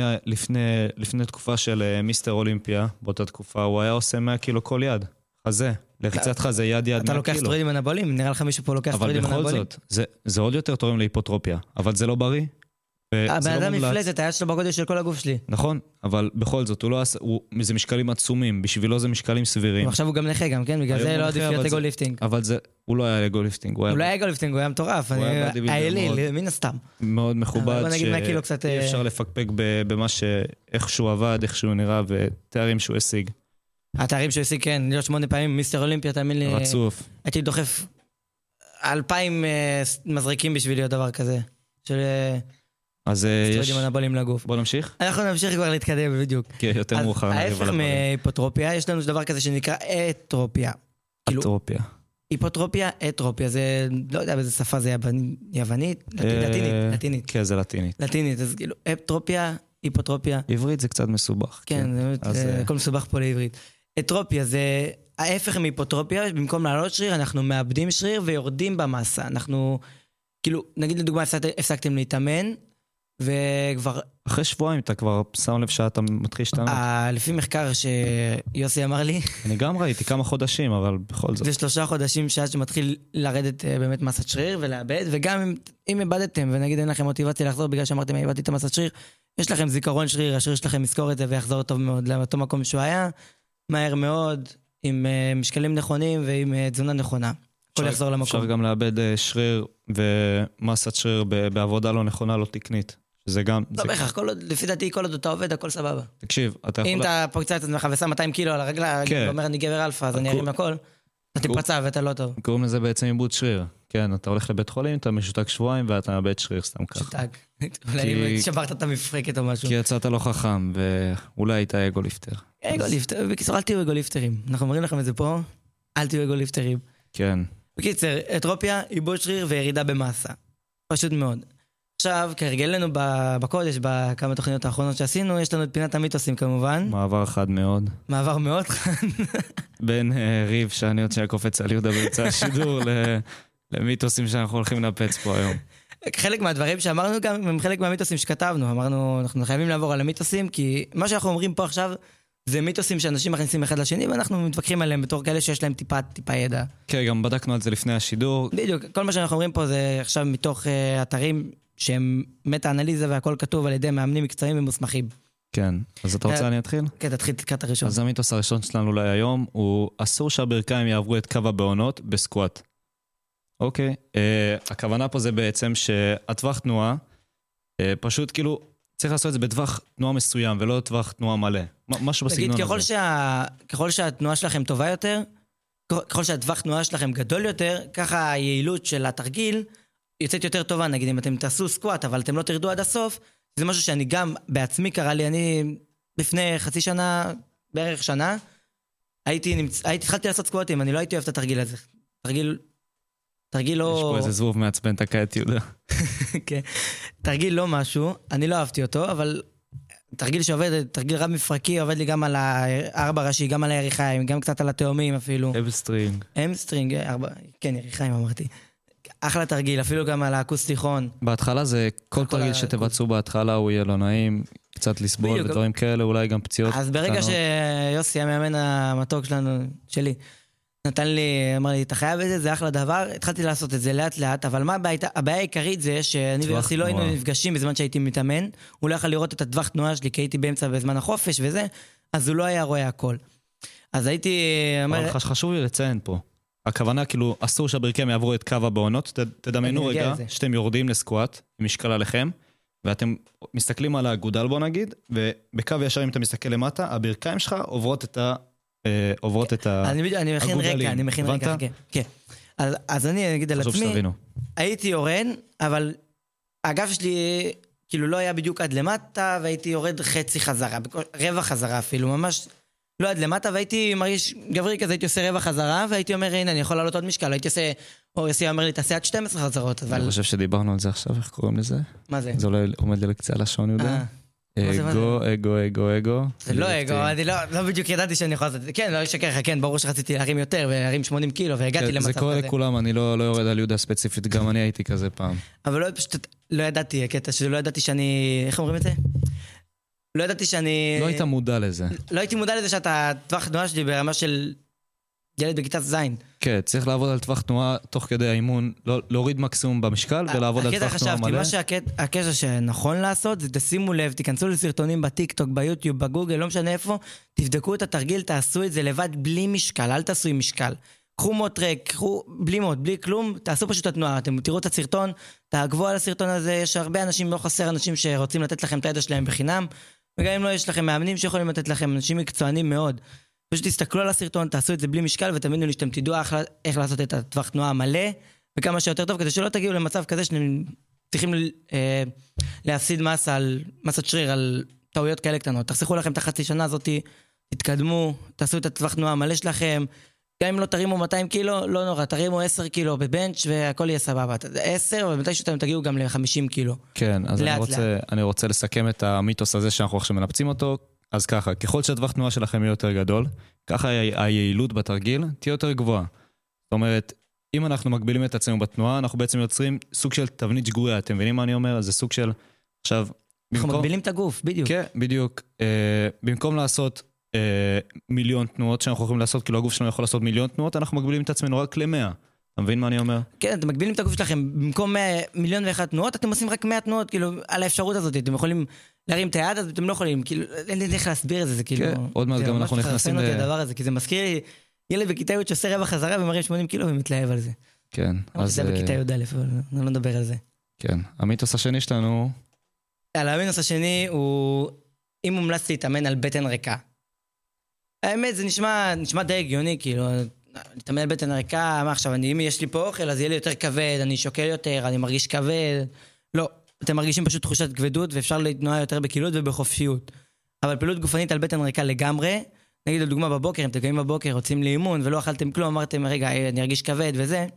לפני תקופה של מיסטר אולימפיה, באותה תקופה, הוא היה עושה 100 קילו כל יד. חזה, לחיצת חזה, יד 100 קילו. אתה לוקח סטרואידים אנבוליים? נראה לך מישהו פה לוקח סטרואידים אנבוליים? אבל בכל זאת, זה עוד יותר תורם להיפוטרופיה, אבל זה לא בריא. הבן אדם מפלצת, היד שלו בגודל של כל הגוף שלי. נכון, אבל בכל זאת, זה משקלים עצומים, בשבילו זה משקלים סבירים. עכשיו הוא גם נכה גם, כן? בגלל זה לא עדיף להיות לגוליפטינג. אבל הוא לא היה לגוליפטינג. הוא לא היה לגוליפטינג, הוא היה מטורף. האליל, מן הסתם. מאוד מכובד, שאי אפשר לפקפק במה איך שהוא עבד, איך שהוא נראה, ותארים שהוא השיג. התארים שהוא השיג, כן, להיות 8 פעמים מיסטר אולימפיה, תאמין לי. רצוף. הייתי דוחף 2,000 מזריקים בשביל להיות דבר כזה. אז יש... סטרואידים אנבוליים לגוף. בוא נמשיך. אנחנו נמשיך כבר להתקדם בדיוק. כן, יותר מאוחר. ההפך מהיפוטרופיה, יש לנו דבר כזה שנקרא אטרופיה. אטרופיה. היפוטרופיה, אטרופיה, זה, לא יודע באיזה שפה זה יוונית, לטינית. כן, זה לטינית. לטינית, אז כאילו, אטרופיה, היפוטרופיה. עברית זה קצת מסובך. כן, זה הכל מסובך פה לעברית. אטרופיה זה ההפך מהיפוטרופיה, במקום לעלות שריר, אנחנו מאבדים שריר ויורדים במסה. אנחנו, כאילו, נגיד לדוגמה, הפסקתם להתאמן, וכבר... אחרי שבועיים אתה כבר שם לב שאתה מתחיל להשתנות. לפי מחקר שיוסי אמר לי... אני גם ראיתי כמה חודשים, אבל בכל זאת. זה 3 חודשים שעד שמתחיל לרדת באמת מסת שריר ולאבד, וגם אם איבדתם, ונגיד אין לכם מוטיבציה לחזור בגלל שאמרתם, איבדתי את המסת שריר, יש לכם זיכרון שריר, השריר שלכם יזכור את זה ויחזור טוב מאוד לאותו מקום שהוא היה, מהר מאוד, עם משקלים נכונים ועם תזונה נכונה. הכל יחזור למקום. אפשר גם לאבד שריר ומסת שריר בעבודה לא נכונה, לא תקנית. זה גם... לא בהכרח, לפי דעתי כל עוד אתה עובד, הכל סבבה. תקשיב, אתה יכול... אם אתה פוצע את עצמך ושם 200 קילו על הרגלה, ואומר אני גבר אלפא, אז אני ארים הכל, אתה תפצע ואתה לא טוב. קוראים לזה בעצם איבוד שריר. כן, אתה הולך לבית חולים, אתה משותק שבועיים ואתה מאבד שריר סתם ככה. משותק. אולי שברת את המפרקת או משהו. כי יצאת לא חכם, ואולי היית אגוליפטר. אגוליפטר, בקיצור, אל תהיו אגוליפטרים. אנחנו אומרים לכם את זה פה, אל תהיו אגוליפטרים. כן. בקיצר, אטרופיה, איבוד שריר וירידה במסה. פשוט מאוד. עכשיו, כהרגלנו בקודש, בכמה תוכניות האחרונות שעשינו, יש לנו את פינת המיתוסים כמובן. מעבר חד מאוד. מעבר מאוד חד. בין ריב שאני עוד שקופץ על יהודה באמצע השידור למיתוסים שאנחנו הולכים לנפץ פה היום. חלק מהדברים שאמרנו גם הם חלק מהמיתוסים שכתבנו. אמרנו, אנחנו חייבים לעבור על המיתוסים, כי מה שאנחנו אומרים פה עכשיו זה מיתוסים שאנשים מכניסים אחד לשני, ואנחנו מתווכחים עליהם בתור כאלה שיש להם טיפה ידע. כן, גם בדקנו על זה לפני השידור. בדיוק, כל מה שאנחנו אומרים פה זה עכשיו מתוך אתרים שהם מטה-אנליזה והכל כתוב על ידי מאמנים מקצועיים ומוסמכים. כן, אז אתה רוצה אני אתחיל? כן, תתחיל את הראשון. אז המיתוס הראשון שלנו להיום הוא אסור שהברכיים יעברו את קו הבעונות בסקואט. אוקיי, הכוונה פה זה בעצם שהטווח תנועה, פשוט כאילו צריך לעשות את זה בטווח תנועה מסוים ולא טווח תנועה מלא. משהו בסגנון הזה. ככל שהתנועה שלכם טובה יותר, ככל שהטווח תנועה שלכם גדול יותר, ככה היעילות של התרגיל יוצאת יותר טובה. נגיד אם אתם תעשו סקואט אבל אתם לא תרדו עד הסוף, זה משהו שאני גם בעצמי קרה לי, אני לפני חצי שנה, בערך שנה, התחלתי לעשות סקואטים, אני לא הייתי אוהב את התרגיל הזה. תרגיל לא... יש פה איזה זבוב מעצבן את הכעת יהודה. כן. תרגיל לא משהו, אני לא אהבתי אותו, אבל תרגיל שעובד, תרגיל רב מפרקי, עובד לי גם על הארבע ראשי, גם על היריחיים, גם קצת על התאומים אפילו. אמסטרינג. אמסטרינג, כן, יריחיים אמרתי. אחלה תרגיל, אפילו גם על הכוס תיכון. בהתחלה זה כל תרגיל שתבצעו בהתחלה הוא יהיה לא נעים, קצת לסבול ודברים כאלה, אולי גם פציעות. אז ברגע שיוסי, המאמן המתוק שלנו, שלי, נתן לי, אמר לי, אתה חייב את זה, זה אחלה דבר, התחלתי לעשות את זה לאט לאט, אבל מה הבעיה העיקרית זה שאני ויוסי לא היינו נפגשים בזמן שהייתי מתאמן, הוא לא יכול לראות את הטווח תנועה שלי, כי הייתי באמצע בזמן החופש וזה, אז הוא לא היה רואה הכל. אז הייתי... אבל חשוב לי לציין פה, הכוונה כאילו אסור שהברכיים יעברו את קו הבעונות, תדמיינו רגע שאתם יורדים לסקואט עם משקל עליכם, ואתם מסתכלים על הגודל בוא נגיד, ובקו ישר אם אתה מסתכל למטה, הברכיים שלך עוברות את הגודלים. אני מכין רקע, כן. אז אני אגיד על עצמי, הייתי יורד, אבל הגב שלי כאילו לא היה בדיוק עד למטה, והייתי יורד חצי חזרה, רבע חזרה אפילו, ממש לא עד למטה, והייתי מרגיש גברי כזה, הייתי עושה רבע חזרה, והייתי אומר, הנה, אני יכול לעלות עוד משקל, הייתי עושה, או יוסי אומר לי, תעשה עד 12 חזרות, אבל... אני חושב שדיברנו על זה עכשיו, איך קוראים לזה? מה זה? זה אולי עומד לי לקצה לשון, יהודה. אגו. זה לא אגו, אני לא בדיוק ידעתי שאני יכול לעשות את זה. כן, לא אשקר לך, כן, ברור שרציתי להרים יותר, ולהרים 80 קילו, והגעתי למצב כזה. זה קורה לכולם, אני לא יורד על יהודה ספציפית, גם אני הייתי כזה פעם. אבל פשוט לא ידעתי, הקטע שלא ידעתי שאני... איך אומרים את זה? לא ידעתי שאני... לא היית מודע לזה. לא הייתי מודע לזה שאתה טווח תנועה שלי ברמה של ילד בכיתה זין. כן, צריך לעבוד על טווח תנועה תוך כדי האימון, להוריד מקסימום במשקל ולעבוד על טווח תנועה מלא. הקטע שנכון לעשות זה תשימו לב, תיכנסו לסרטונים בטיק-טוק, ביוטיוב, בגוגל, לא משנה איפה, תבדקו את התרגיל, תעשו את זה לבד בלי משקל, אל תעשו עם משקל. קחו מוטרק, קחו בלי מוט, בלי כלום, תעשו פשוט את התנועה, אתם תראו את הסרטון, תעקבו על הסרטון הזה, יש הרבה אנשים, לא חסר אנשים שרוצים לתת לכם את הידע שלהם בחינם, וגם אם לא יש לכם מאמנים שיכולים לתת לכם, אנשים מקצוענים מאוד. פשוט תסתכלו על הסרטון, תעשו את זה בלי משקל, ותאמינו לי שאתם תדעו איך לעשות את הטווח תנועה מלא, וכמה שיותר טוב, כדי שלא תגיעו למצב כזה שאתם צריכים להפסיד מסת שריר על טעויות כאלה קטנות. תחסכו לכם את החצי שנה הזאת, תתקדמו, תעשו את הטווח תנועה המלא שלכם, גם אם לא תרימו 200 קילו, לא נורא, תרימו 10 קילו בבנץ' והכל יהיה סבבה. 10, אבל מתי שאתם תגיעו גם ל-50 קילו. כן, אז אני רוצה לסכם את המיתוס הזה שאנחנו עכשיו מנפצים אותו. אז ככה, ככל שהטווח תנועה שלכם יהיה יותר גדול, ככה היעילות בתרגיל תהיה יותר גבוהה. זאת אומרת, אם אנחנו מגבילים את עצמנו בתנועה, אנחנו בעצם יוצרים סוג של תבנית שגויה. אתם מבינים מה אני אומר? זה סוג של... עכשיו, אנחנו מגבילים את הגוף, בדיוק. כן, בדיוק. במקום לעשות מיליון תנועות שאנחנו יכולים לעשות, כאילו הגוף שלנו יכול לעשות מיליון תנועות, אנחנו מגבילים את עצמנו רק ל-100. אתה מבין מה אני אומר? כן, אתם מגבילים את הגוף שלכם, במקום 1,000,001 תנועות, אתם עושים רק 100 תנועות, כאילו, על האפשרות הזאת, אתם יכולים להרים את היד, אז אתם לא יכולים, כאילו, אין לי איך להסביר את זה, זה כאילו... כן, עוד מעט גם אנחנו נכנסים הדבר הזה, כי זה מזכיר לי, ילד בכיתה י' שעושה רבע חזרה ומרים 80 קילו ומתלהב על זה. כן, אז... זה בכיתה י' א', אבל אני לא מדבר על זה. כן, המיתוס השני שלנו... המיתוס השני הוא, אם מומלץ להתאמן על בטן ריקה. האמת, זה נשמע די הגיוני, כאילו, להתאמן על בטן ריקה, מה עכשיו, אם יש לי פה אוכל, אז יהיה לי יותר כבד, אני שוקל יותר, אני מרגיש כבד. לא, אתם מרגישים פשוט תחושת כבדות, ואפשר להתנועה יותר בקלילות ובחופשיות. אבל פעילות גופנית על בטן ריקה לגמרי, נגיד לדוגמה בבוקר, אם אתם קמים בבוקר, רוצים לאימון, ולא אכלתם כלום, אמרתם, רגע, אני ארגיש כבד וזה,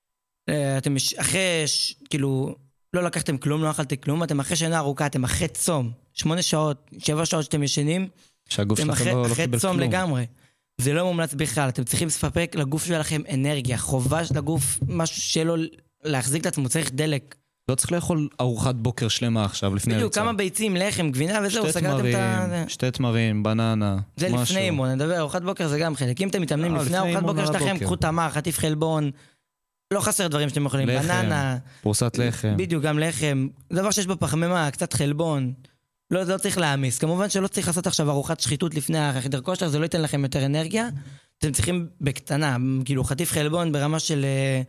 אתם אחרי, כאילו, לא לקחתם כלום, לא אכלתם כלום, אתם אחרי שינה ארוכה, אתם אחרי צום, 8 שעות, 7 שעות שאתם ישנים, שהגוף שלכם לא קיבל כלום. צום לגמרי. זה לא מומלץ בכלל, אתם צריכים לספק לגוף שלכם אנרגיה, חובה של הגוף, משהו שלא להחזיק את עצמו, צריך דלק. לא צריך לאכול ארוחת בוקר שלמה עכשיו, לפני בדיוק, כמה ביצים, לחם, גבינה וזהו, סגרתם את ה... שתי תמרים, בננה, זה משהו. לפני אימון, נדבר, ארוחת בוקר זה גם חלק. אם אתם מתאמנים לפני ארוחת בוקר שלכם, קחו תמר, חטיף חלבון, לא חסר דברים שאתם יכולים, בננה. פרוסת לחם. בדיוק, גם לחם. דבר שיש בו פחמימה, קצת חלבון. לא צריך להעמיס. כמובן שלא צריך לעשות עכשיו ארוחת שחיתות לפני החדר כושר, זה לא ייתן לכם יותר אנרגיה. אתם צריכים בקטנה, כאילו חטיף חלבון ברמה של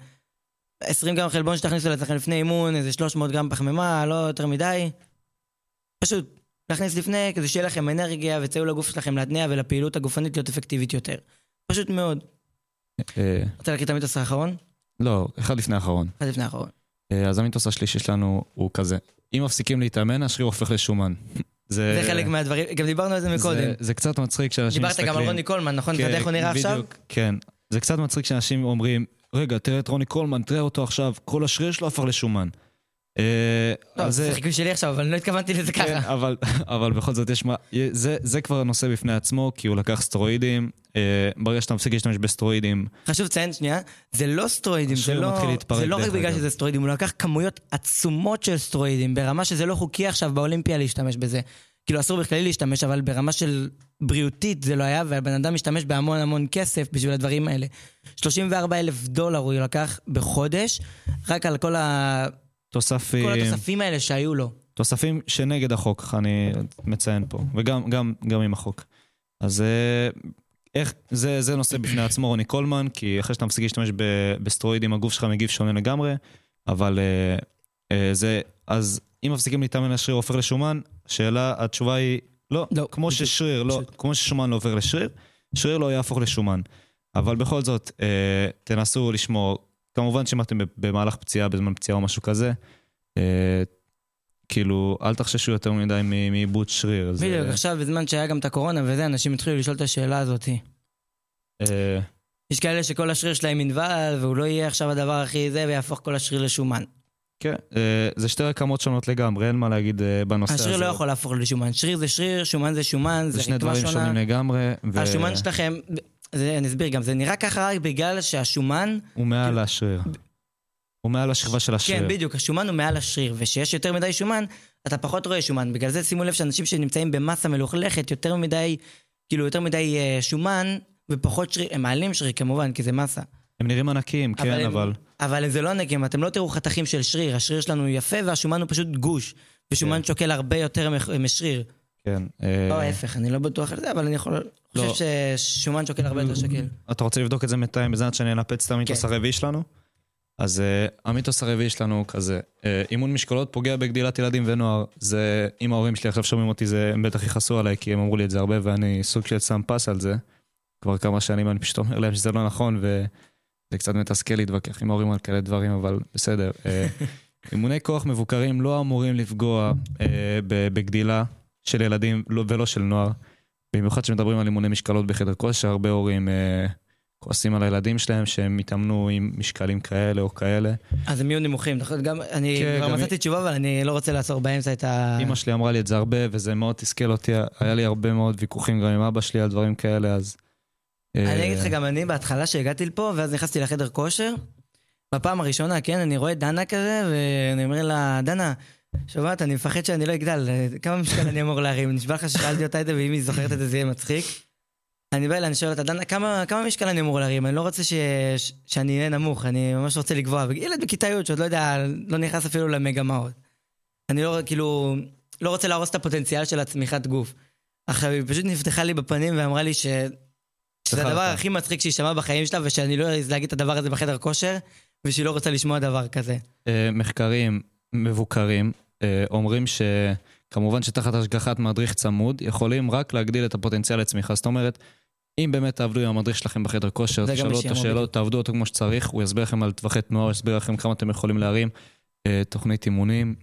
20 גרם חלבון שתכניסו לעצמכם לפני אימון, איזה 300 גרם פחמימה, לא יותר מדי. פשוט להכניס לפני, כדי שיהיה לכם אנרגיה וצאו לגוף שלכם להתניע ולפעילות הגופנית להיות אפקטיבית יותר. פשוט מאוד. רוצה להקריא את המיתוס האחרון? לא, אחד לפני האחרון. אחד לפני האחרון. אז המיתוס השלישי שלנו הוא כזה. אם מפסיקים להתאמן, השריר הופך לשומן. זה חלק מהדברים, גם דיברנו על זה מקודם. זה קצת מצחיק שאנשים מסתכלים. דיברת גם על רוני קולמן, נכון? אתה יודע איך הוא נראה עכשיו? כן. זה קצת מצחיק שאנשים אומרים, רגע, תראה את רוני קולמן, תראה אותו עכשיו, כל השריר שלו הפך לשומן. לא, זה חיקוי שלי עכשיו, אבל לא התכוונתי לזה ככה. אבל בכל זאת יש מה, זה כבר נושא בפני עצמו, כי הוא לקח סטרואידים, ברגע שאתה מפסיק להשתמש בסטרואידים. חשוב לציין שנייה, זה לא סטרואידים, זה לא רק בגלל שזה סטרואידים, הוא לקח כמויות עצומות של סטרואידים, ברמה שזה לא חוקי עכשיו באולימפיה להשתמש בזה. כאילו אסור בכללי להשתמש, אבל ברמה של בריאותית זה לא היה, והבן אדם משתמש בהמון המון כסף בשביל הדברים האלה. $34,000 הוא לקח בחודש, רק על כל התוספים האלה שהיו לו. תוספים שנגד החוק, אני מציין פה, וגם עם החוק. אז זה נושא בפני עצמו רוני קולמן, כי אחרי שאתה מפסיק להשתמש בסטרואידים, הגוף שלך מגיב שונה לגמרי, אבל אז אם מפסיקים להתאמן השריר הופך לשומן, התשובה היא לא, כמו ששריר, לא, כמו ששומן לא עובר לשריר, שריר לא יהפוך לשומן. אבל בכל זאת, תנסו לשמור, כמובן שאם אתם במהלך פציעה, בזמן פציעה או משהו כזה, כאילו, אל תחששו יותר מדי מאיבוד שריר. בדיוק, עכשיו בזמן שהיה גם את הקורונה וזה, אנשים התחילו לשאול את השאלה הזאת. יש כאלה שכל השריר שלהם ינבל, והוא לא יהיה עכשיו הדבר הכי זה, ויהפוך כל השריר לשומן. כן, זה שתי רקמות שונות לגמרי, אין מה להגיד בנושא הזה. השריר לא יכול להפוך לשומן. שריר זה שריר, שומן זה שומן, זה שני דברים שונים לגמרי. השומן שלכם, אני אסביר גם, זה נראה ככה רק בגלל שהשומן... הוא מעל השריר. הוא מעל השכבה של השריר. כן, בדיוק, השומן הוא מעל השריר, ושיש יותר מדי שומן, אתה פחות רואה שומן. בגלל זה שימו לב שאנשים שנמצאים במסה מלוכלכת, יותר מדי שומן, ופחות שריר, הם מעלים שריר כמובן, כי זה מסה. הם נראים ענקים, כן, אבל זה לא ענקים, אתם לא תראו חתכים של שריר, השריר שלנו יפה, והשומן הוא פשוט גוש, ושומן שוקל הרבה יותר משריר. כן. לא, ההפך, אני לא בטוח על זה, אבל אני חושב ששומן שוקל הרבה יותר שקל. אתה רוצה לבדוק את זה מתאים, בזמן שאני אנפץ את המיתוס הרביעי שלנו? אז המיתוס הרביעי שלנו הוא כזה, אימון משקולות פוגע בגדילת ילדים ונוער, זה, אם ההורים שלי עכשיו שומעים אותי, הם בטח יכעסו עליי, כי הם אמרו לי את זה הרבה, ואני סוג של שם פס על זה, כבר כמה שנים אני פשוט אומר להם שזה לא נכון, וזה קצת מתסכל להתווכח עם ההורים על כאלה דברים, אבל בסדר. אימוני כוח מבוקרים לא אמורים לפגוע בגדילה של ילדים ולא של נוער. במיוחד שמדברים על אימוני משקלות בחדר כושר, הרבה הורים כועסים על הילדים שלהם שהם מתאמנו עם משקלים כאלה או כאלה. אז הם יהיו נמוכים, נכון? אני כבר מצאתי תשובה, אבל אני לא רוצה לעצור באמצע את ה... אמא שלי אמרה לי את זה הרבה, וזה מאוד תסכל אותי. היה לי הרבה מאוד ויכוחים גם עם אבא שלי על דברים כאלה, אז... אני אגיד לך, גם אני בהתחלה שהגעתי לפה, ואז נכנסתי לחדר כושר, בפעם הראשונה, כן, אני רואה דנה כזה, ואני אומר לה, דנה, שומעת, אני מפחד שאני לא אגדל, כמה משקל אני אמור להרים? נשבע לך ששאלתי אותה את זה, ואם היא זוכרת את זה, זה יהיה מצחיק. אני בא אליה, אני שואל אותה, דנה, כמה משקל אני אמור להרים? אני לא רוצה שאני אהיה נמוך, אני ממש רוצה לגבוה. ילד בכיתה י' שעוד לא יודע, לא נכנס אפילו למגמאות. אני לא רוצה להרוס את הפוטנציאל של הצמיחת גוף. עכשיו, היא פשוט נפתחה לי בפנים ואמרה לי שזה הדבר הכי מצחיק שהיא שמעה בחיים שלה, ושאני לא אעז להגיד את הדבר הזה בחדר כושר, ושהיא לא רוצה לשמוע דבר כזה. מחקרים מבוקרים אומרים שכמובן שתחת השגחת מדריך צמוד, יכולים רק להגדיל את הפוטנציאל לצמיחה. זאת אומרת, אם באמת תעבדו עם המדריך שלכם בחדר כושר, תשאלו את השאלות, תעבדו אותו כמו שצריך, הוא יסביר לכם על טווחי תנועה, הוא יסביר לכם כמה אתם יכולים להרים, תוכנית אימונים,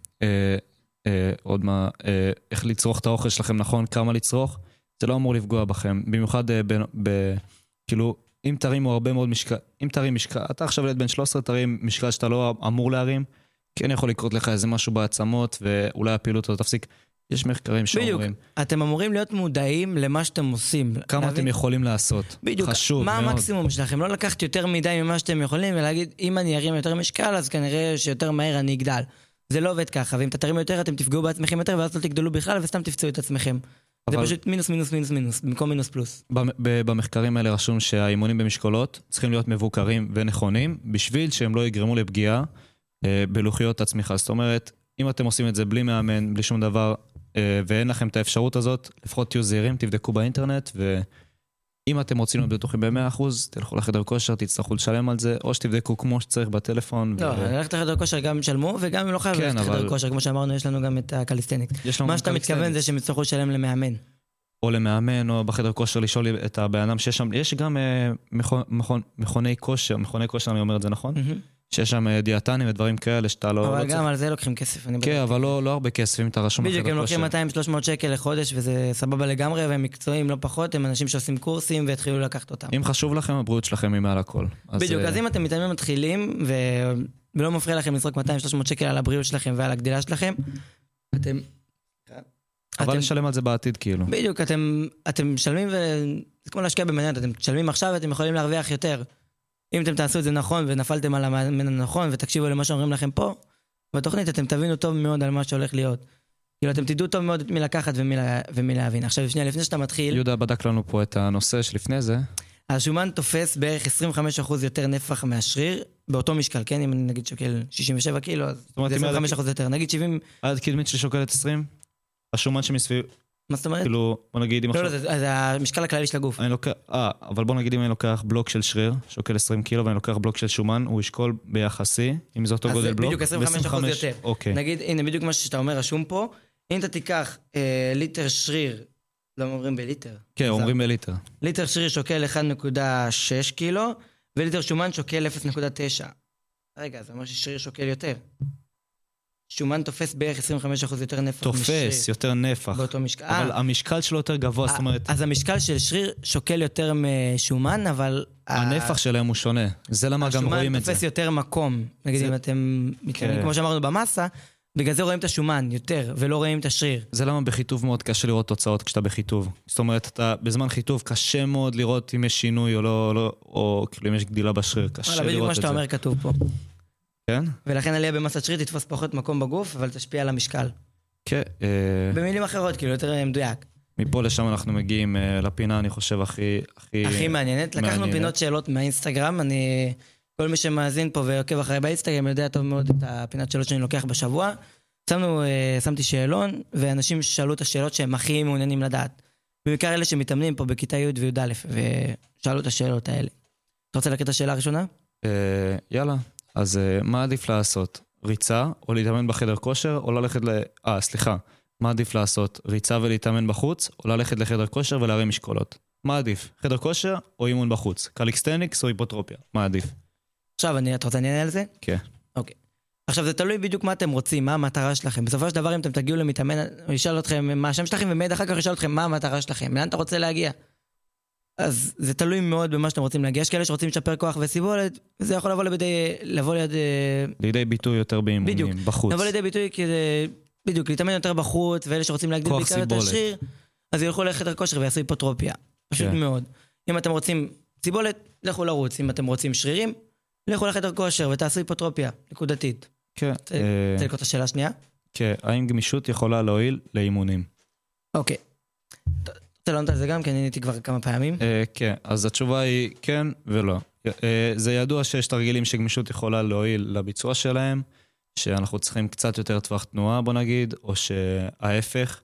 עוד מה, איך לצרוך את האוכל שלכם נכון, כמה לצרוך, זה לא אמור לפגוע בכם. במיוחד כאילו, אם תרימו הרבה מאוד משקל, אם תרים משקל, אתה עכשיו ילד בן 13, תרים משקל שאתה לא אמור להרים, כן יכול לקרות לך איזה משהו בעצמות, ואולי הפעילות הזאת תפסיק. יש מחקרים שאומרים. בדיוק, אתם אמורים להיות מודעים למה שאתם עושים. כמה אתם יכולים לעשות. בדיוק, חשוב מה מאוד. המקסימום שלכם? לא לקחת יותר מדי ממה שאתם יכולים, ולהגיד, אם אני ארים יותר משקל, אז כנראה שיותר מהר אני אגדל. זה לא עובד ככה, ואם תתרימו יותר, אתם תפגעו בעצמכם יותר, ואז לא תגדלו בכלל, וסתם תפצעו את עצמכם. זה פשוט מינוס, מינוס, מינוס, מינוס, במקום מינוס פלוס. במחקרים האלה רשום שהאימונים במשקולות צריכים להיות מבוקרים ונכונים, בשביל שהם לא יגרמו לפגיעה בלוחיות הצמיחה. זאת אומרת, אם אתם עושים את זה בלי מאמן, בלי שום דבר, ואין לכם את האפשרות הזאת, לפחות תהיו זהירים, תבדקו באינטרנט, ואם אתם רוצים להיות בטוחים ב-100%, תלכו לחדר כושר, תצטרכו לשלם על זה, או שתבדקו כמו שצריך בטלפון. לא, ללכת לחדר כושר גם משלמו, וגם אם לא חייב ללכת לחדר כושר, כמו שאמרנו, יש לנו גם את הקליסטניקס. מה שאתה מתכוון זה שהם יצטרכו לשלם למאמן. או למאמן, או בחדר כושר לשאול את הבן אדם שיש שם, יש גם מכוני כושר, אני אומר את זה נכון? שיש שם דיאטנים ודברים כאלה שאתה לא... אבל גם על זה לוקחים כסף. כן, אבל לא הרבה כסף אם אתה רשום בחדר כושר. בדיוק, הם לוקחים 200-300 שקל לחודש, וזה סבבה לגמרי, והם מקצועיים לא פחות, הם אנשים שעושים קורסים והתחילו לקחת אותם. אם חשוב לכם, הבריאות שלכם היא מעל הכל. בדיוק, אז אם אתם מתאמנים מתחילים, ולא מפריע לכם לזרוק 200-300 שקל על הבריאות שלכם ועל הגדילה שלכם, אבל לשלם על זה בעתיד, כאילו. בדיוק, אתם משלמים, וזה כמו להשקיע במניות, אתם משלמים עכשיו ואתם יכולים להרוויח יותר. אם אתם תעשו את זה נכון ונפלתם על המאמן הנכון ותקשיבו למה שאומרים לכם פה, בתוכנית אתם תבינו טוב מאוד על מה שהולך להיות. כאילו אתם תדעו טוב מאוד את מי לקחת ומי להבין. עכשיו שנייה, לפני שאתה מתחיל... יהודה בדק לנו פה את הנושא שלפני זה. השומן תופס בערך 25% יותר נפח מהשריר, באותו משקל, כן? אם אני נגיד שוקל 67 קילו, אז זה 25% יותר. נגיד 70... עד קדמית ששוקלת 20, השומן שמסביב... מה זאת אומרת? כאילו, בוא נגיד... לא, זה המשקל הכללי של הגוף. אבל בוא נגיד אם אני לוקח בלוק של שריר, שוקל 20 קילו, ואני לוקח בלוק של שומן, הוא ישקול ביחסי, אם זה אותו גודל בלוק. בדיוק 25% יותר. אוקיי. נגיד, הנה, בדיוק מה שאתה אומר רשום פה, אם אתה תיקח ליטר שריר, לא אומרים בליטר. כן, אומרים בליטר. ליטר שריר שוקל 1.6 קילו, וליטר שומן שוקל 0.9. רגע, זה אומר ששריר שוקל יותר. שומן תופס בערך 25% יותר נפח משריר. תופס יותר נפח. באותו משקל. אבל המשקל שלו יותר גבוה, זאת אומרת... אז המשקל של שריר שוקל יותר משומן, אבל... הנפח שלהם הוא שונה. זה למה גם רואים את זה. השומן תופס יותר מקום. נגיד, אם אתם מתכוונים, כמו שאמרנו במסה, בגלל זה רואים את השומן יותר, ולא רואים את השריר. זה למה בחיתוב מאוד קשה לראות תוצאות כשאתה בחיתוב. זאת אומרת, אתה בזמן חיתוב קשה מאוד לראות אם יש שינוי או לא, או כאילו אם יש גדילה בשריר, קשה לראות את זה. בדיוק מה שאתה אומר כתוב פה. כן? ולכן עלייה במסת שריר תתפוס פחות מקום בגוף, אבל תשפיע על המשקל. כן. במילים אחרות, כאילו, יותר מדויק. מפה לשם אנחנו מגיעים לפינה, אני חושב, הכי מעניינת. לקחנו פינות שאלות מהאינסטגרם, כל מי שמאזין פה ועוקב אחרי באינסטגרם יודע טוב מאוד את הפינת שאלות שאני לוקח בשבוע. שמתי שאלון, ואנשים שאלו את השאלות שהם הכי מעוניינים לדעת. בעיקר אלה שמתאמנים פה בכיתה י' וי"א, ושאלו את השאלות האלה. אתה רוצה להקריא את השאלה הראשונה? יאללה. אז מה עדיף לעשות? ריצה או להתאמן בחדר כושר או ללכת מה עדיף לעשות? ריצה ולהתאמן בחוץ או ללכת לחדר כושר ולהרים משקולות? מה עדיף? חדר כושר או אימון בחוץ? קליסטניקס או היפוטרופיה? מה עדיף? עכשיו, אתה רוצה לעניין על זה? כן. אוקיי. עכשיו, זה תלוי בדיוק מה אתם רוצים, מה המטרה שלכם. בסופו של דבר, אם אתם תגיעו למתאמן, הוא ישאל אתכם מה השם שלכם, ומיד אחר כך ישאל אתכם מה המטרה שלכם, לאן אתה רוצה להגיע. אז זה תלוי מאוד במה שאתם רוצים להגיע. יש כאלה שרוצים לשפר כוח וסיבולת, וזה יכול לבוא לידי ביטוי יותר באימונים, בחוץ. לבוא לידי ביטוי כדי, בדיוק, להתאמן יותר בחוץ, ואלה שרוצים להגדיל בעיקר את השריר, אז ילכו לחדר כושר ויעשו היפוטרופיה. פשוט מאוד. אם אתם רוצים סיבולת, לכו לרוץ. אם אתם רוצים שרירים, לכו לחדר כושר ותעשו היפוטרופיה, נקודתית. כן. רוצה לקרוא את השאלה השנייה? כן, האם גמישות יכולה להועיל לאימונים? אוקיי. רוצה לענות על זה גם, כי אני עניתי כבר כמה פעמים. כן, אז התשובה היא כן ולא. זה ידוע שיש תרגילים שגמישות יכולה להועיל לביצוע שלהם, שאנחנו צריכים קצת יותר טווח תנועה, בוא נגיד, או שההפך,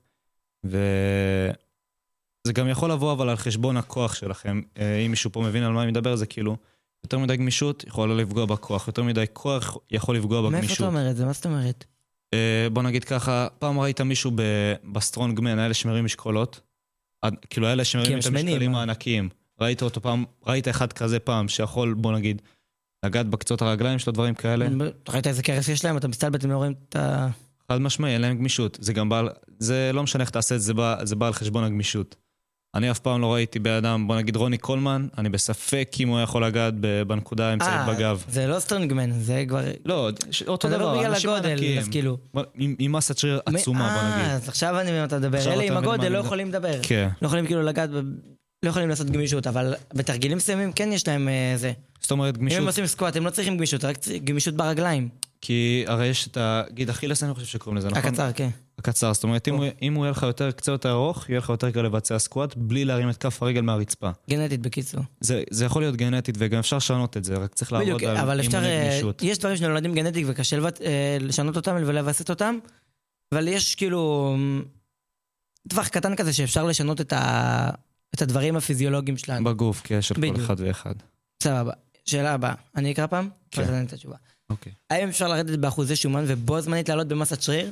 וזה גם יכול לבוא אבל על חשבון הכוח שלכם. אם מישהו פה מבין על מה אני מדבר, זה כאילו, יותר מדי גמישות יכולה לפגוע בכוח, יותר מדי כוח יכול לפגוע בגמישות. מאיפה אתה אומר את זה? מה זאת אומרת? בוא נגיד ככה, פעם ראית מישהו בסטרונגמן, האלה שמרים משקולות, כאילו האלה שמרים את המשקלים הענקיים. ראית אותו פעם, ראית אחד כזה פעם, שיכול, בוא נגיד, לגעת בקצות הרגליים שלו, דברים כאלה. אתה ראית איזה קרס יש להם? אתה מסתלבט, הם לא רואים את ה... חד משמעי, אין להם גמישות. זה גם בעל, זה לא משנה איך תעשה את זה, זה בא על חשבון הגמישות. אני אף פעם לא ראיתי באדם, בוא נגיד רוני קולמן, אני בספק אם הוא יכול לגעת בנקודה האמצעית בגב. זה לא סטרונגמן, זה כבר... לא, אותו דבר, אנשים ענקיים. עם מסת שריר עצומה, בוא נגיד. אז עכשיו אני מבין אתה מדבר. אלה עם הגודל לא יכולים לדבר. כן. לא יכולים כאילו לגעת, לא יכולים לעשות גמישות, אבל בתרגילים מסוימים כן יש להם זה. זאת אומרת גמישות... אם הם עושים סקואט, הם לא צריכים גמישות, רק גמישות ברגליים. כי הרי יש את הגיד אכילס, אני חושב שקוראים לזה, נכון? הקצר, כן. הקצר, זאת אומרת, אם הוא יהיה לך קצת יותר ארוך, יהיה לך יותר קל לבצע סקואט, בלי להרים את כף הרגל מהרצפה. גנטית בקיצור. זה יכול להיות גנטית, וגם אפשר לשנות את זה, רק צריך לעבוד על אימוני גמישות. יש דברים שנולדים גנטית וקשה לשנות אותם ולבסס אותם, אבל יש כאילו טווח קטן כזה שאפשר לשנות את הדברים הפיזיולוגיים שלנו. בגוף, כי יש של כל אחד ואחד. סבבה. שאלה הבאה. אני אקרא פעם? כן. ואז אני את התשובה. אוקיי. האם אפשר לרדת באחוזי שומן ובו זמנית לעלות במסת שריר?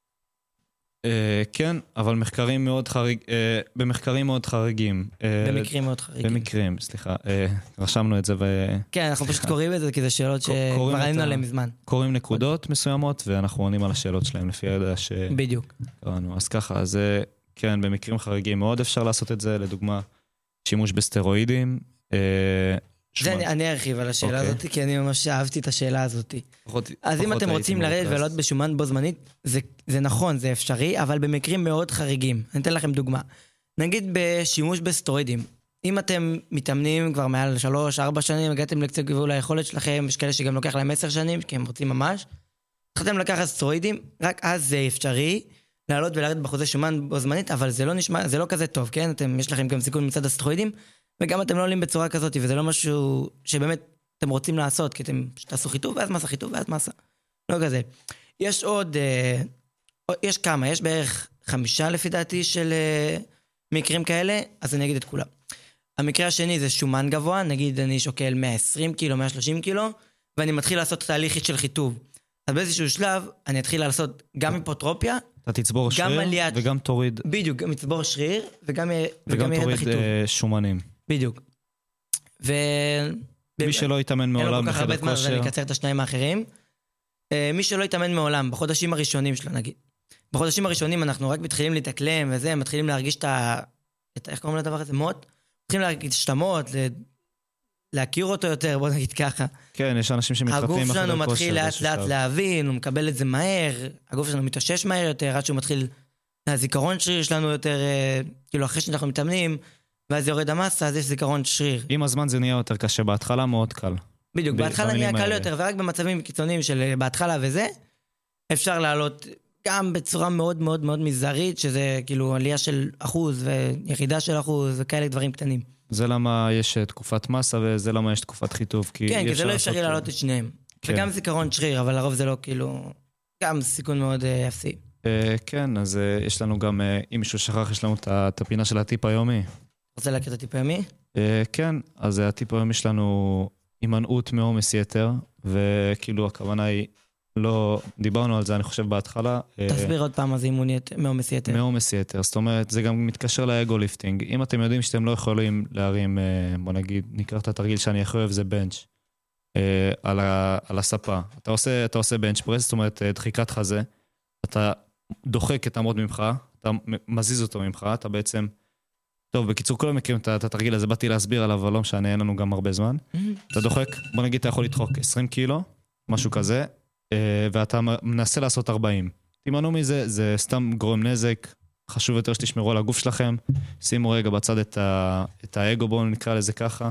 כן, אבל במחקרים מאוד חריגים. במקרים מאוד חריגים. במקרים, סליחה. רשמנו את זה כן, אנחנו פשוט קוראים את זה, כי זה שאלות שכבר עלינו עליהם מזמן. קוראים נקודות מסוימות, ואנחנו עונים על השאלות שלהם לפי הידע בדיוק. קראנו. אז ככה, אז כן, במקרים חריגים מאוד אפשר לעשות את זה, לדוגמה, שימוש בסטרואידים. אני ארחיב על השאלה הזאת, כי אני ממש אהבתי את השאלה הזאת. אז אם אתם רוצים לרדת ולעלות בשומן בו זמנית, זה נכון, זה אפשרי, אבל במקרים מאוד חריגים. אני אתן לכם דוגמה. נגיד בשימוש בסטרואידים. אם אתם מתאמנים כבר מעל 3-4 שנים, הגעתם לקצת גבול היכולת שלכם, יש כאלה שגם לוקח להם 10 שנים, כי הם רוצים ממש. התחלתם לקחת סטרואידים, רק אז זה אפשרי לעלות ולרדת באחוזי שומן בו זמנית, אבל זה לא כזה טוב, כן? יש לכם גם סיכון מצד הסטרואידים, וגם אתם לא עולים בצורה כזאת, וזה לא משהו שבאמת אתם רוצים לעשות, כי אתם תעשו חיתוך ואז מסה, חיתוך ואז מסה. לא כזה. יש עוד, יש כמה, יש בערך 5 לפי דעתי של מקרים כאלה, אז אני אגיד את כולם. המקרה השני זה שומן גבוה, נגיד אני שוקל 120 קילו, 130 קילו, ואני מתחיל לעשות תהליך של חיתוך. אז באיזשהו שלב אני אתחיל לעשות גם היפוטרופיה, אתה תצבור שריר וגם תוריד... בדיוק, גם תצבור שריר וגם תוריד שומנים. בדיוק. מי שלא יתאמן מעולם בחדר כושר... אני אקצר את השניים האחרים. מי שלא יתאמן מעולם, בחודשים הראשונים שלו נגיד. בחודשים הראשונים אנחנו רק מתחילים להתאקלם וזה, מתחילים להרגיש איך קוראים לדבר הזה? מות? מתחילים להרגיש את המות, להכיר אותו יותר, בוא נגיד ככה. כן, יש אנשים שמתחתנים בחדר כושר. הגוף שלנו מתחיל לאט לאט להבין, הוא מקבל את זה מהר, הגוף שלנו מתאושש מהר יותר, עד שהוא מתחיל, הזיכרון שריר שלנו יותר, כאילו אחרי שאנחנו מתאמנים, ואז יורד המסה, אז יש זיכרון שריר. עם הזמן זה נהיה יותר קשה, בהתחלה מאוד קל. בדיוק, בהתחלה נהיה קל יותר, ורק במצבים קיצוניים של בהתחלה וזה, אפשר לעלות גם בצורה מאוד מאוד מאוד מזערית, שזה כאילו עלייה של 1% וירידה של 1% וכאלה דברים קטנים. זה למה יש תקופת מסה וזה למה יש תקופת חיתוך. כן, כי זה לא אפשרי לעלות את שניהם. וגם זיכרון שריר, אבל לרוב זה לא כאילו, גם סיכון מאוד אפסי. כן, אז יש לנו גם, אם מישהו שכח, יש לנו את הפינה של הטיפ היומי. רוצה להכיר את הטיפ היומי? כן, אז הטיפ היומי שלנו הימנעות מעומס יתר, וכאילו הכוונה היא, לא, דיברנו על זה אני חושב בהתחלה. תסביר עוד פעם מה זה אימוניות מעומס יתר. מעומס יתר, זאת אומרת, זה גם מתקשר לאגו ליפטינג. אם אתם יודעים שאתם לא יכולים להרים, בוא נגיד, נקרא את התרגיל שאני הכי אוהב, זה בנץ'. על הספה. אתה עושה בנץ' פרס, זאת אומרת, דחיקת חזה, אתה דוחק את העמוד ממך, אתה מזיז אותו ממך, אתה בעצם... טוב, בקיצור, כולם מכירים את התרגיל הזה, באתי להסביר עליו, אבל לא משנה, אין לנו גם הרבה זמן. אתה דוחק, בוא נגיד, אתה יכול לדחוק 20 קילו, משהו כזה, ואתה מנסה לעשות 40. תימנעו מזה, זה סתם גורם נזק, חשוב יותר שתשמרו על הגוף שלכם, שימו רגע בצד את האגו, בואו נקרא לזה ככה,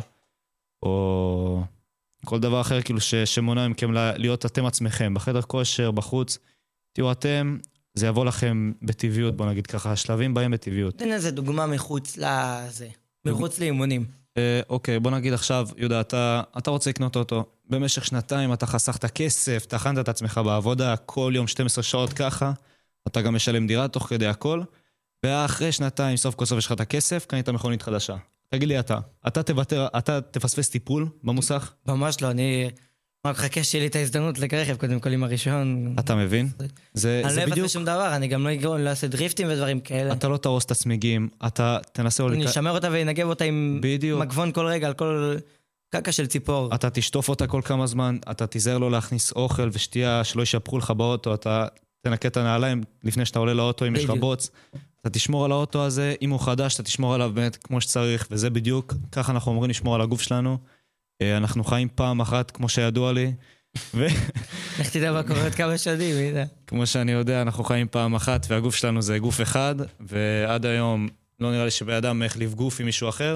או כל דבר אחר, כאילו שמונע מכם להיות אתם עצמכם, בחדר כושר, בחוץ, תהיו אתם, זה יבוא לכם בטבעיות, בוא נגיד ככה, השלבים בהם בטבעיות. תן איזה דוגמה מחוץ לזה, מחוץ לאימונים. אוקיי, בוא נגיד עכשיו, יהודה, אתה רוצה לקנות אותו, במשך שנתיים אתה חסכת כסף, אתה הכנת את עצמך בעבודה, כל יום 12 שעות ככה, אתה גם משלם דירה תוך כדי הכל, ואחרי שנתיים, סוף כל סוף יש לך את הכסף, קנית מכונית חדשה. תגיד לי אתה תפספס טיפול במוסך? ממש לא, אני רק חכה שיהיה לי את ההזדמנות לרכב, קודם כל עם הראשון. אתה מבין? אני לא אפספס שום דבר, אני גם לא אעשה דריפטים ודברים כאלה. אתה לא תרוס את הצמיגים, אתה תנסה... אני אשמר אותה וינגב אותה עם מגבון כל רגע, על כל קקה של ציפור. אתה תשטוף אותה כל כמה זמן, אתה תיזהר לא להכניס אוכל ושתייה, שלא ישפכו לך באוטו, אתה תנקה את הנעליים לפני שאתה עולה לאוטו, אם יש לך בוץ. אתה תשמור על האוטו הזה, אם הוא חדש, אתה תשמור עליו באמת כמו שצריך, וזה בדיוק, ככה אנחנו אומרים לשמור על הגוף שלנו. אנחנו חיים פעם אחת, כמו שידוע לי. איך תדע מה קורה עוד כמה שנים, יודע. כמו שאני יודע, אנחנו חיים פעם אחת, והגוף שלנו זה גוף אחד, ועד היום לא נראה לי שבאדם החליף גוף עם מישהו אחר.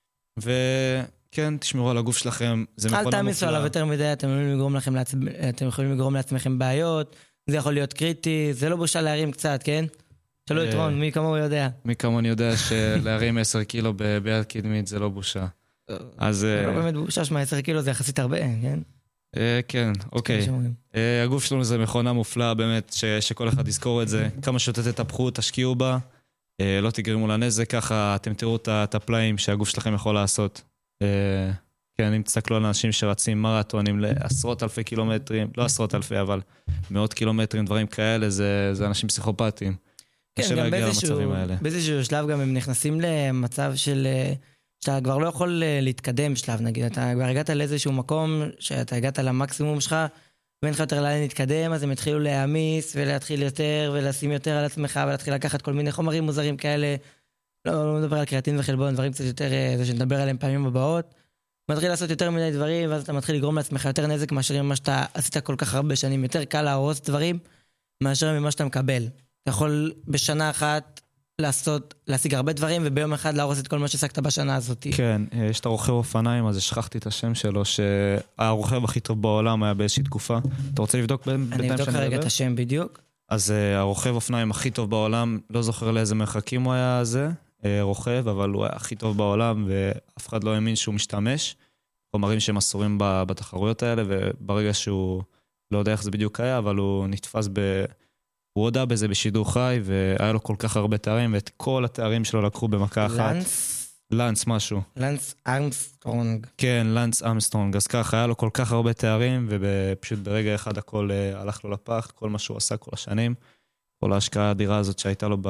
וכן, תשמרו על הגוף שלכם, זה מכונה מופלאה. אל תעמיסו עליו יותר מדי, אתם יכולים לגרום לעצמכם בעיות, זה יכול להיות קריטי, זה לא בושה להרים קצת, כן? שלא יתרון, מי כמוהו יודע. מי כמוני יודע שלהרים 10 קילו ביד קדמית זה לא בושה. זה לא באמת בושה, שמה 10 קילו זה יחסית הרבה, כן? כן, אוקיי. הגוף שלנו זה מכונה מופלאה, באמת, שכל אחד יזכור את זה. כמה שיותר תטפחו, תשקיעו בה, לא תגרמו לנזק, ככה אתם תראו את הפלאים שהגוף שלכם יכול לעשות. כן, אם תסתכלו על אנשים שרצים מרתונים לעשרות אלפי קילומטרים, לא עשרות אלפי, אבל מאות קילומטרים, דברים כאלה, זה אנשים פסיכופטיים. כן, גם באיזשהו שלב גם הם נכנסים למצב של... שאתה כבר לא יכול להתקדם שלב, נגיד, אתה כבר הגעת לאיזשהו מקום, שאתה הגעת למקסימום שלך, ואין לך יותר לאן להתקדם, אז הם התחילו להעמיס, ולהתחיל יותר, ולשים יותר על עצמך, ולהתחיל לקחת כל מיני חומרים מוזרים כאלה, לא מדבר על קריאטין וחלבון, דברים קצת יותר, זה שנדבר עליהם פעמים הבאות, מתחיל לעשות יותר מדי דברים, ואז אתה מתחיל לגרום לעצמך יותר נזק, מאשר ממה שאתה עשית כל כך הרבה שנים, יותר קל להרוס דברים, מאשר ממה שאתה מקבל. אתה יכול בשנה אחת להשיג הרבה דברים, וביום אחד להרוס את כל מה שעסקת בשנה הזאת. כן, יש את הרוכב אופניים, אז שכחתי את השם שלו, שהרוכב הכי טוב בעולם היה באיזושהי תקופה. אתה רוצה לבדוק בינתיים אני אבדוק כרגע את השם בדיוק. אז הרוכב אופניים הכי טוב בעולם, לא זוכר לאיזה מרחקים הוא היה זה, רוכב, אבל הוא היה הכי טוב בעולם, ואף אחד לא האמין שהוא משתמש. חומרים שהם אסורים בתחרויות האלה, וברגע שהוא, לא יודע איך זה בדיוק היה, אבל הוא נתפס הוא הודע בזה בשידור חי, והיה לו כל כך הרבה תארים, ואת כל התארים שלו לקחו במכה אחת. לנס משהו. לנס ארמסטרונג. כן, לנס ארמסטרונג. אז ככה, היה לו כל כך הרבה תארים, ופשוט ברגע אחד הכל הלך לו לפח, כל מה שהוא עשה כל השנים, כל ההשקעה האדירה הזאת שהייתה לו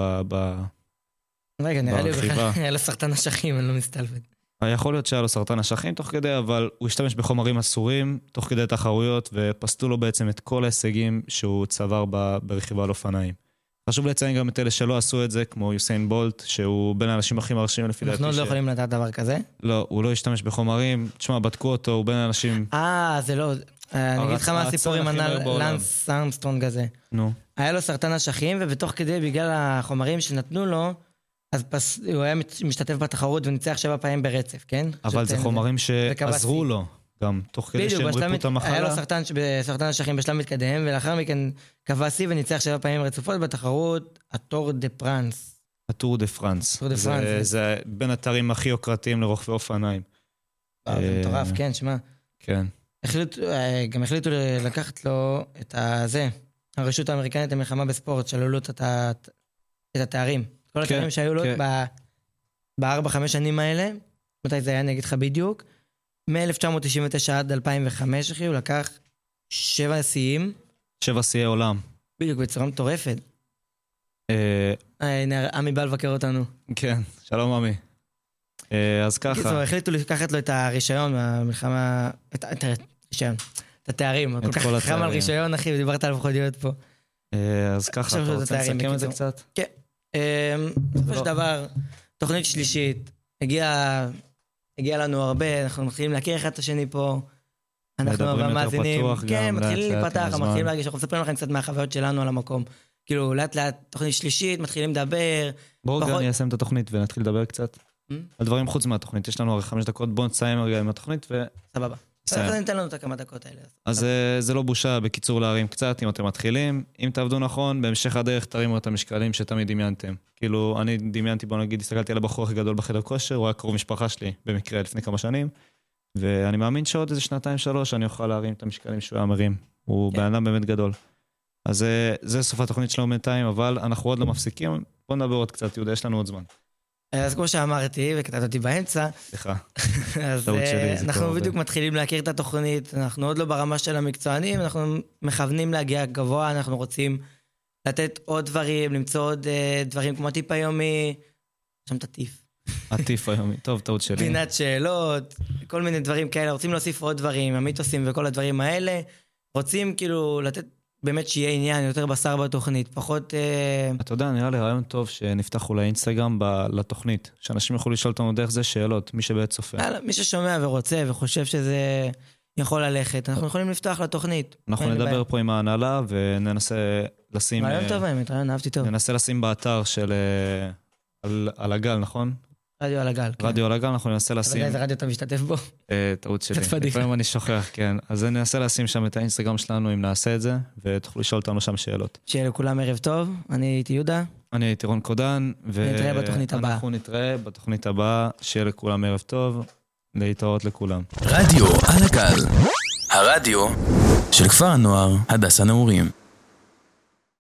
רגע, נראה לי בכלל, היה לו סרטן אשכים, אני לא מסתלבט. יכול להיות שהיה לו סרטן אשכים תוך כדי, אבל הוא השתמש בחומרים אסורים תוך כדי תחרויות, ופסטו לו בעצם את כל ההישגים שהוא צבר ברכיבה על אופניים. חשוב לציין גם את אלה שלא עשו את זה, כמו יוסיין בולט, שהוא בין האנשים הכי מרשים לפי דעתי. אנחנו לא יכולים לדעת דבר כזה? לא, הוא לא השתמש בחומרים, תשמע, בדקו אותו, הוא בין האנשים... זה לא... אני אגיד לך מה הסיפור עם לנס ארמסטרונג הזה. נו. היה לו סרטן אשכים, ובתוך כדי, בגלל החומרים שנתנו לו, אז הוא היה משתתף בתחרות וניצח 7 פעמים ברצף, כן? אבל זה חומרים שעזרו לו, גם תוך כדי שהם ריפו את המחלה. היה לו סרטן אשכים בשלב מתקדם, ולאחר מכן קבע שיא וניצח 7 פעמים רצופות בתחרות הטור דה פרנס. הטור דה פרנס. זה בין התארים הכי יוקרתיים לרוכבי אופניים. זה מטורף, כן, שמה. כן. גם החליטו לקחת לו את הזה, הרשות האמריקנית למלחמה בספורט, שללו לו את התארים. כל התארים שהיו לו ב4-5 שנים האלה, מתי זה היה, אני אגיד לך בדיוק, מ-1999 עד 2005, אחי, הוא לקח 7 שיאים. 7 שיאי עולם. בדיוק, בצורה מטורפת. הנה, עמי בא לבקר אותנו. כן, שלום עמי. אז ככה. החליטו לקחת לו את הרישיון, המלחמה, את רישיון. את התארים, כל כך חכם על רישיון, אחי, ודיברת על מכוניות פה. אז ככה, אתה רוצה לסכם את זה קצת? כן. בסופו של דבר, תוכנית שלישית, הגיע לנו הרבה, אנחנו מתחילים להכיר אחד את השני פה, אנחנו המאזינים, כן, מתחילים להיפתח, מתחילים להרגיש, אנחנו מספרים לכם קצת מהחוויות שלנו על המקום, כאילו, לאט לאט, תוכנית שלישית, מתחילים לדבר. בואו רגע אני אסיים את התוכנית ונתחיל לדבר קצת על דברים חוץ מהתוכנית, יש לנו הרי 5 דקות, בואו נסיים רגע עם התוכנית סבבה. אז ניתן לנו את הכמה דקות האלה. אז זה לא בושה בקיצור להרים קצת, אם אתם מתחילים. אם תעבדו נכון, בהמשך הדרך תרימו את המשקלים שתמיד דמיינתם. כאילו, אני דמיינתי, בוא נגיד, הסתכלתי על הבחור הכי גדול בחדר כושר, הוא היה קרוב משפחה שלי, במקרה, לפני כמה שנים, ואני מאמין שעוד איזה 2-3, אני אוכל להרים את המשקלים שהוא היה מרים. הוא בן אדם באמת גדול. אז זה סוף התוכנית שלנו בינתיים, אבל אנחנו עוד לא מפסיקים. בוא נדבר עוד קצת, יהודה, יש לנו עוד זמן. אז כמו שאמרתי, וקטעת אותי באמצע, סליחה. אז אנחנו בדיוק מתחילים להכיר את התוכנית, אנחנו עוד לא ברמה של המקצוענים, אנחנו מכוונים להגיע גבוה, אנחנו רוצים לתת עוד דברים, למצוא עוד דברים כמו הטיפ היומי, שם את הטיפ. הטיפ היומי, טוב, טעות שלי. פינת שאלות, כל מיני דברים כאלה, רוצים להוסיף עוד דברים, המיתוסים וכל הדברים האלה, רוצים כאילו לתת באמת שיהיה עניין, יותר בשר בתוכנית, פחות... אתה יודע, נראה לי רעיון טוב שנפתח אולי אינסטגרם לתוכנית, שאנשים יכולו לשאול אותנו דרך זה שאלות, מי שבעת צופה. מי ששומע ורוצה וחושב שזה יכול ללכת, אנחנו יכולים לפתוח לתוכנית. אנחנו נדבר פה עם ההנהלה וננסה לשים... רעיון טוב, רעיון, אהבתי טוב. ננסה לשים באתר של... על הגל, נכון? רדיו על הגל, כן. רדיו על הגל, אנחנו ננסה לשים... אבל איזה רדיו אתה משתתף בו? טעות שלי. לפעמים אני שוכח, כן. אז ננסה לשים שם את האינסטגרם שלנו, אם נעשה את זה, ותוכלו לשאול אותנו שם שאלות. שיהיה לכולם ערב טוב, אני הייתי יהודה. אני הייתי רון קודן, נתראה בתוכנית הבאה. אנחנו נתראה בתוכנית הבאה, שיהיה לכולם ערב טוב, להתראות לכולם. רדיו על הגל, הרדיו של כפר הנוער הדס הנעורים.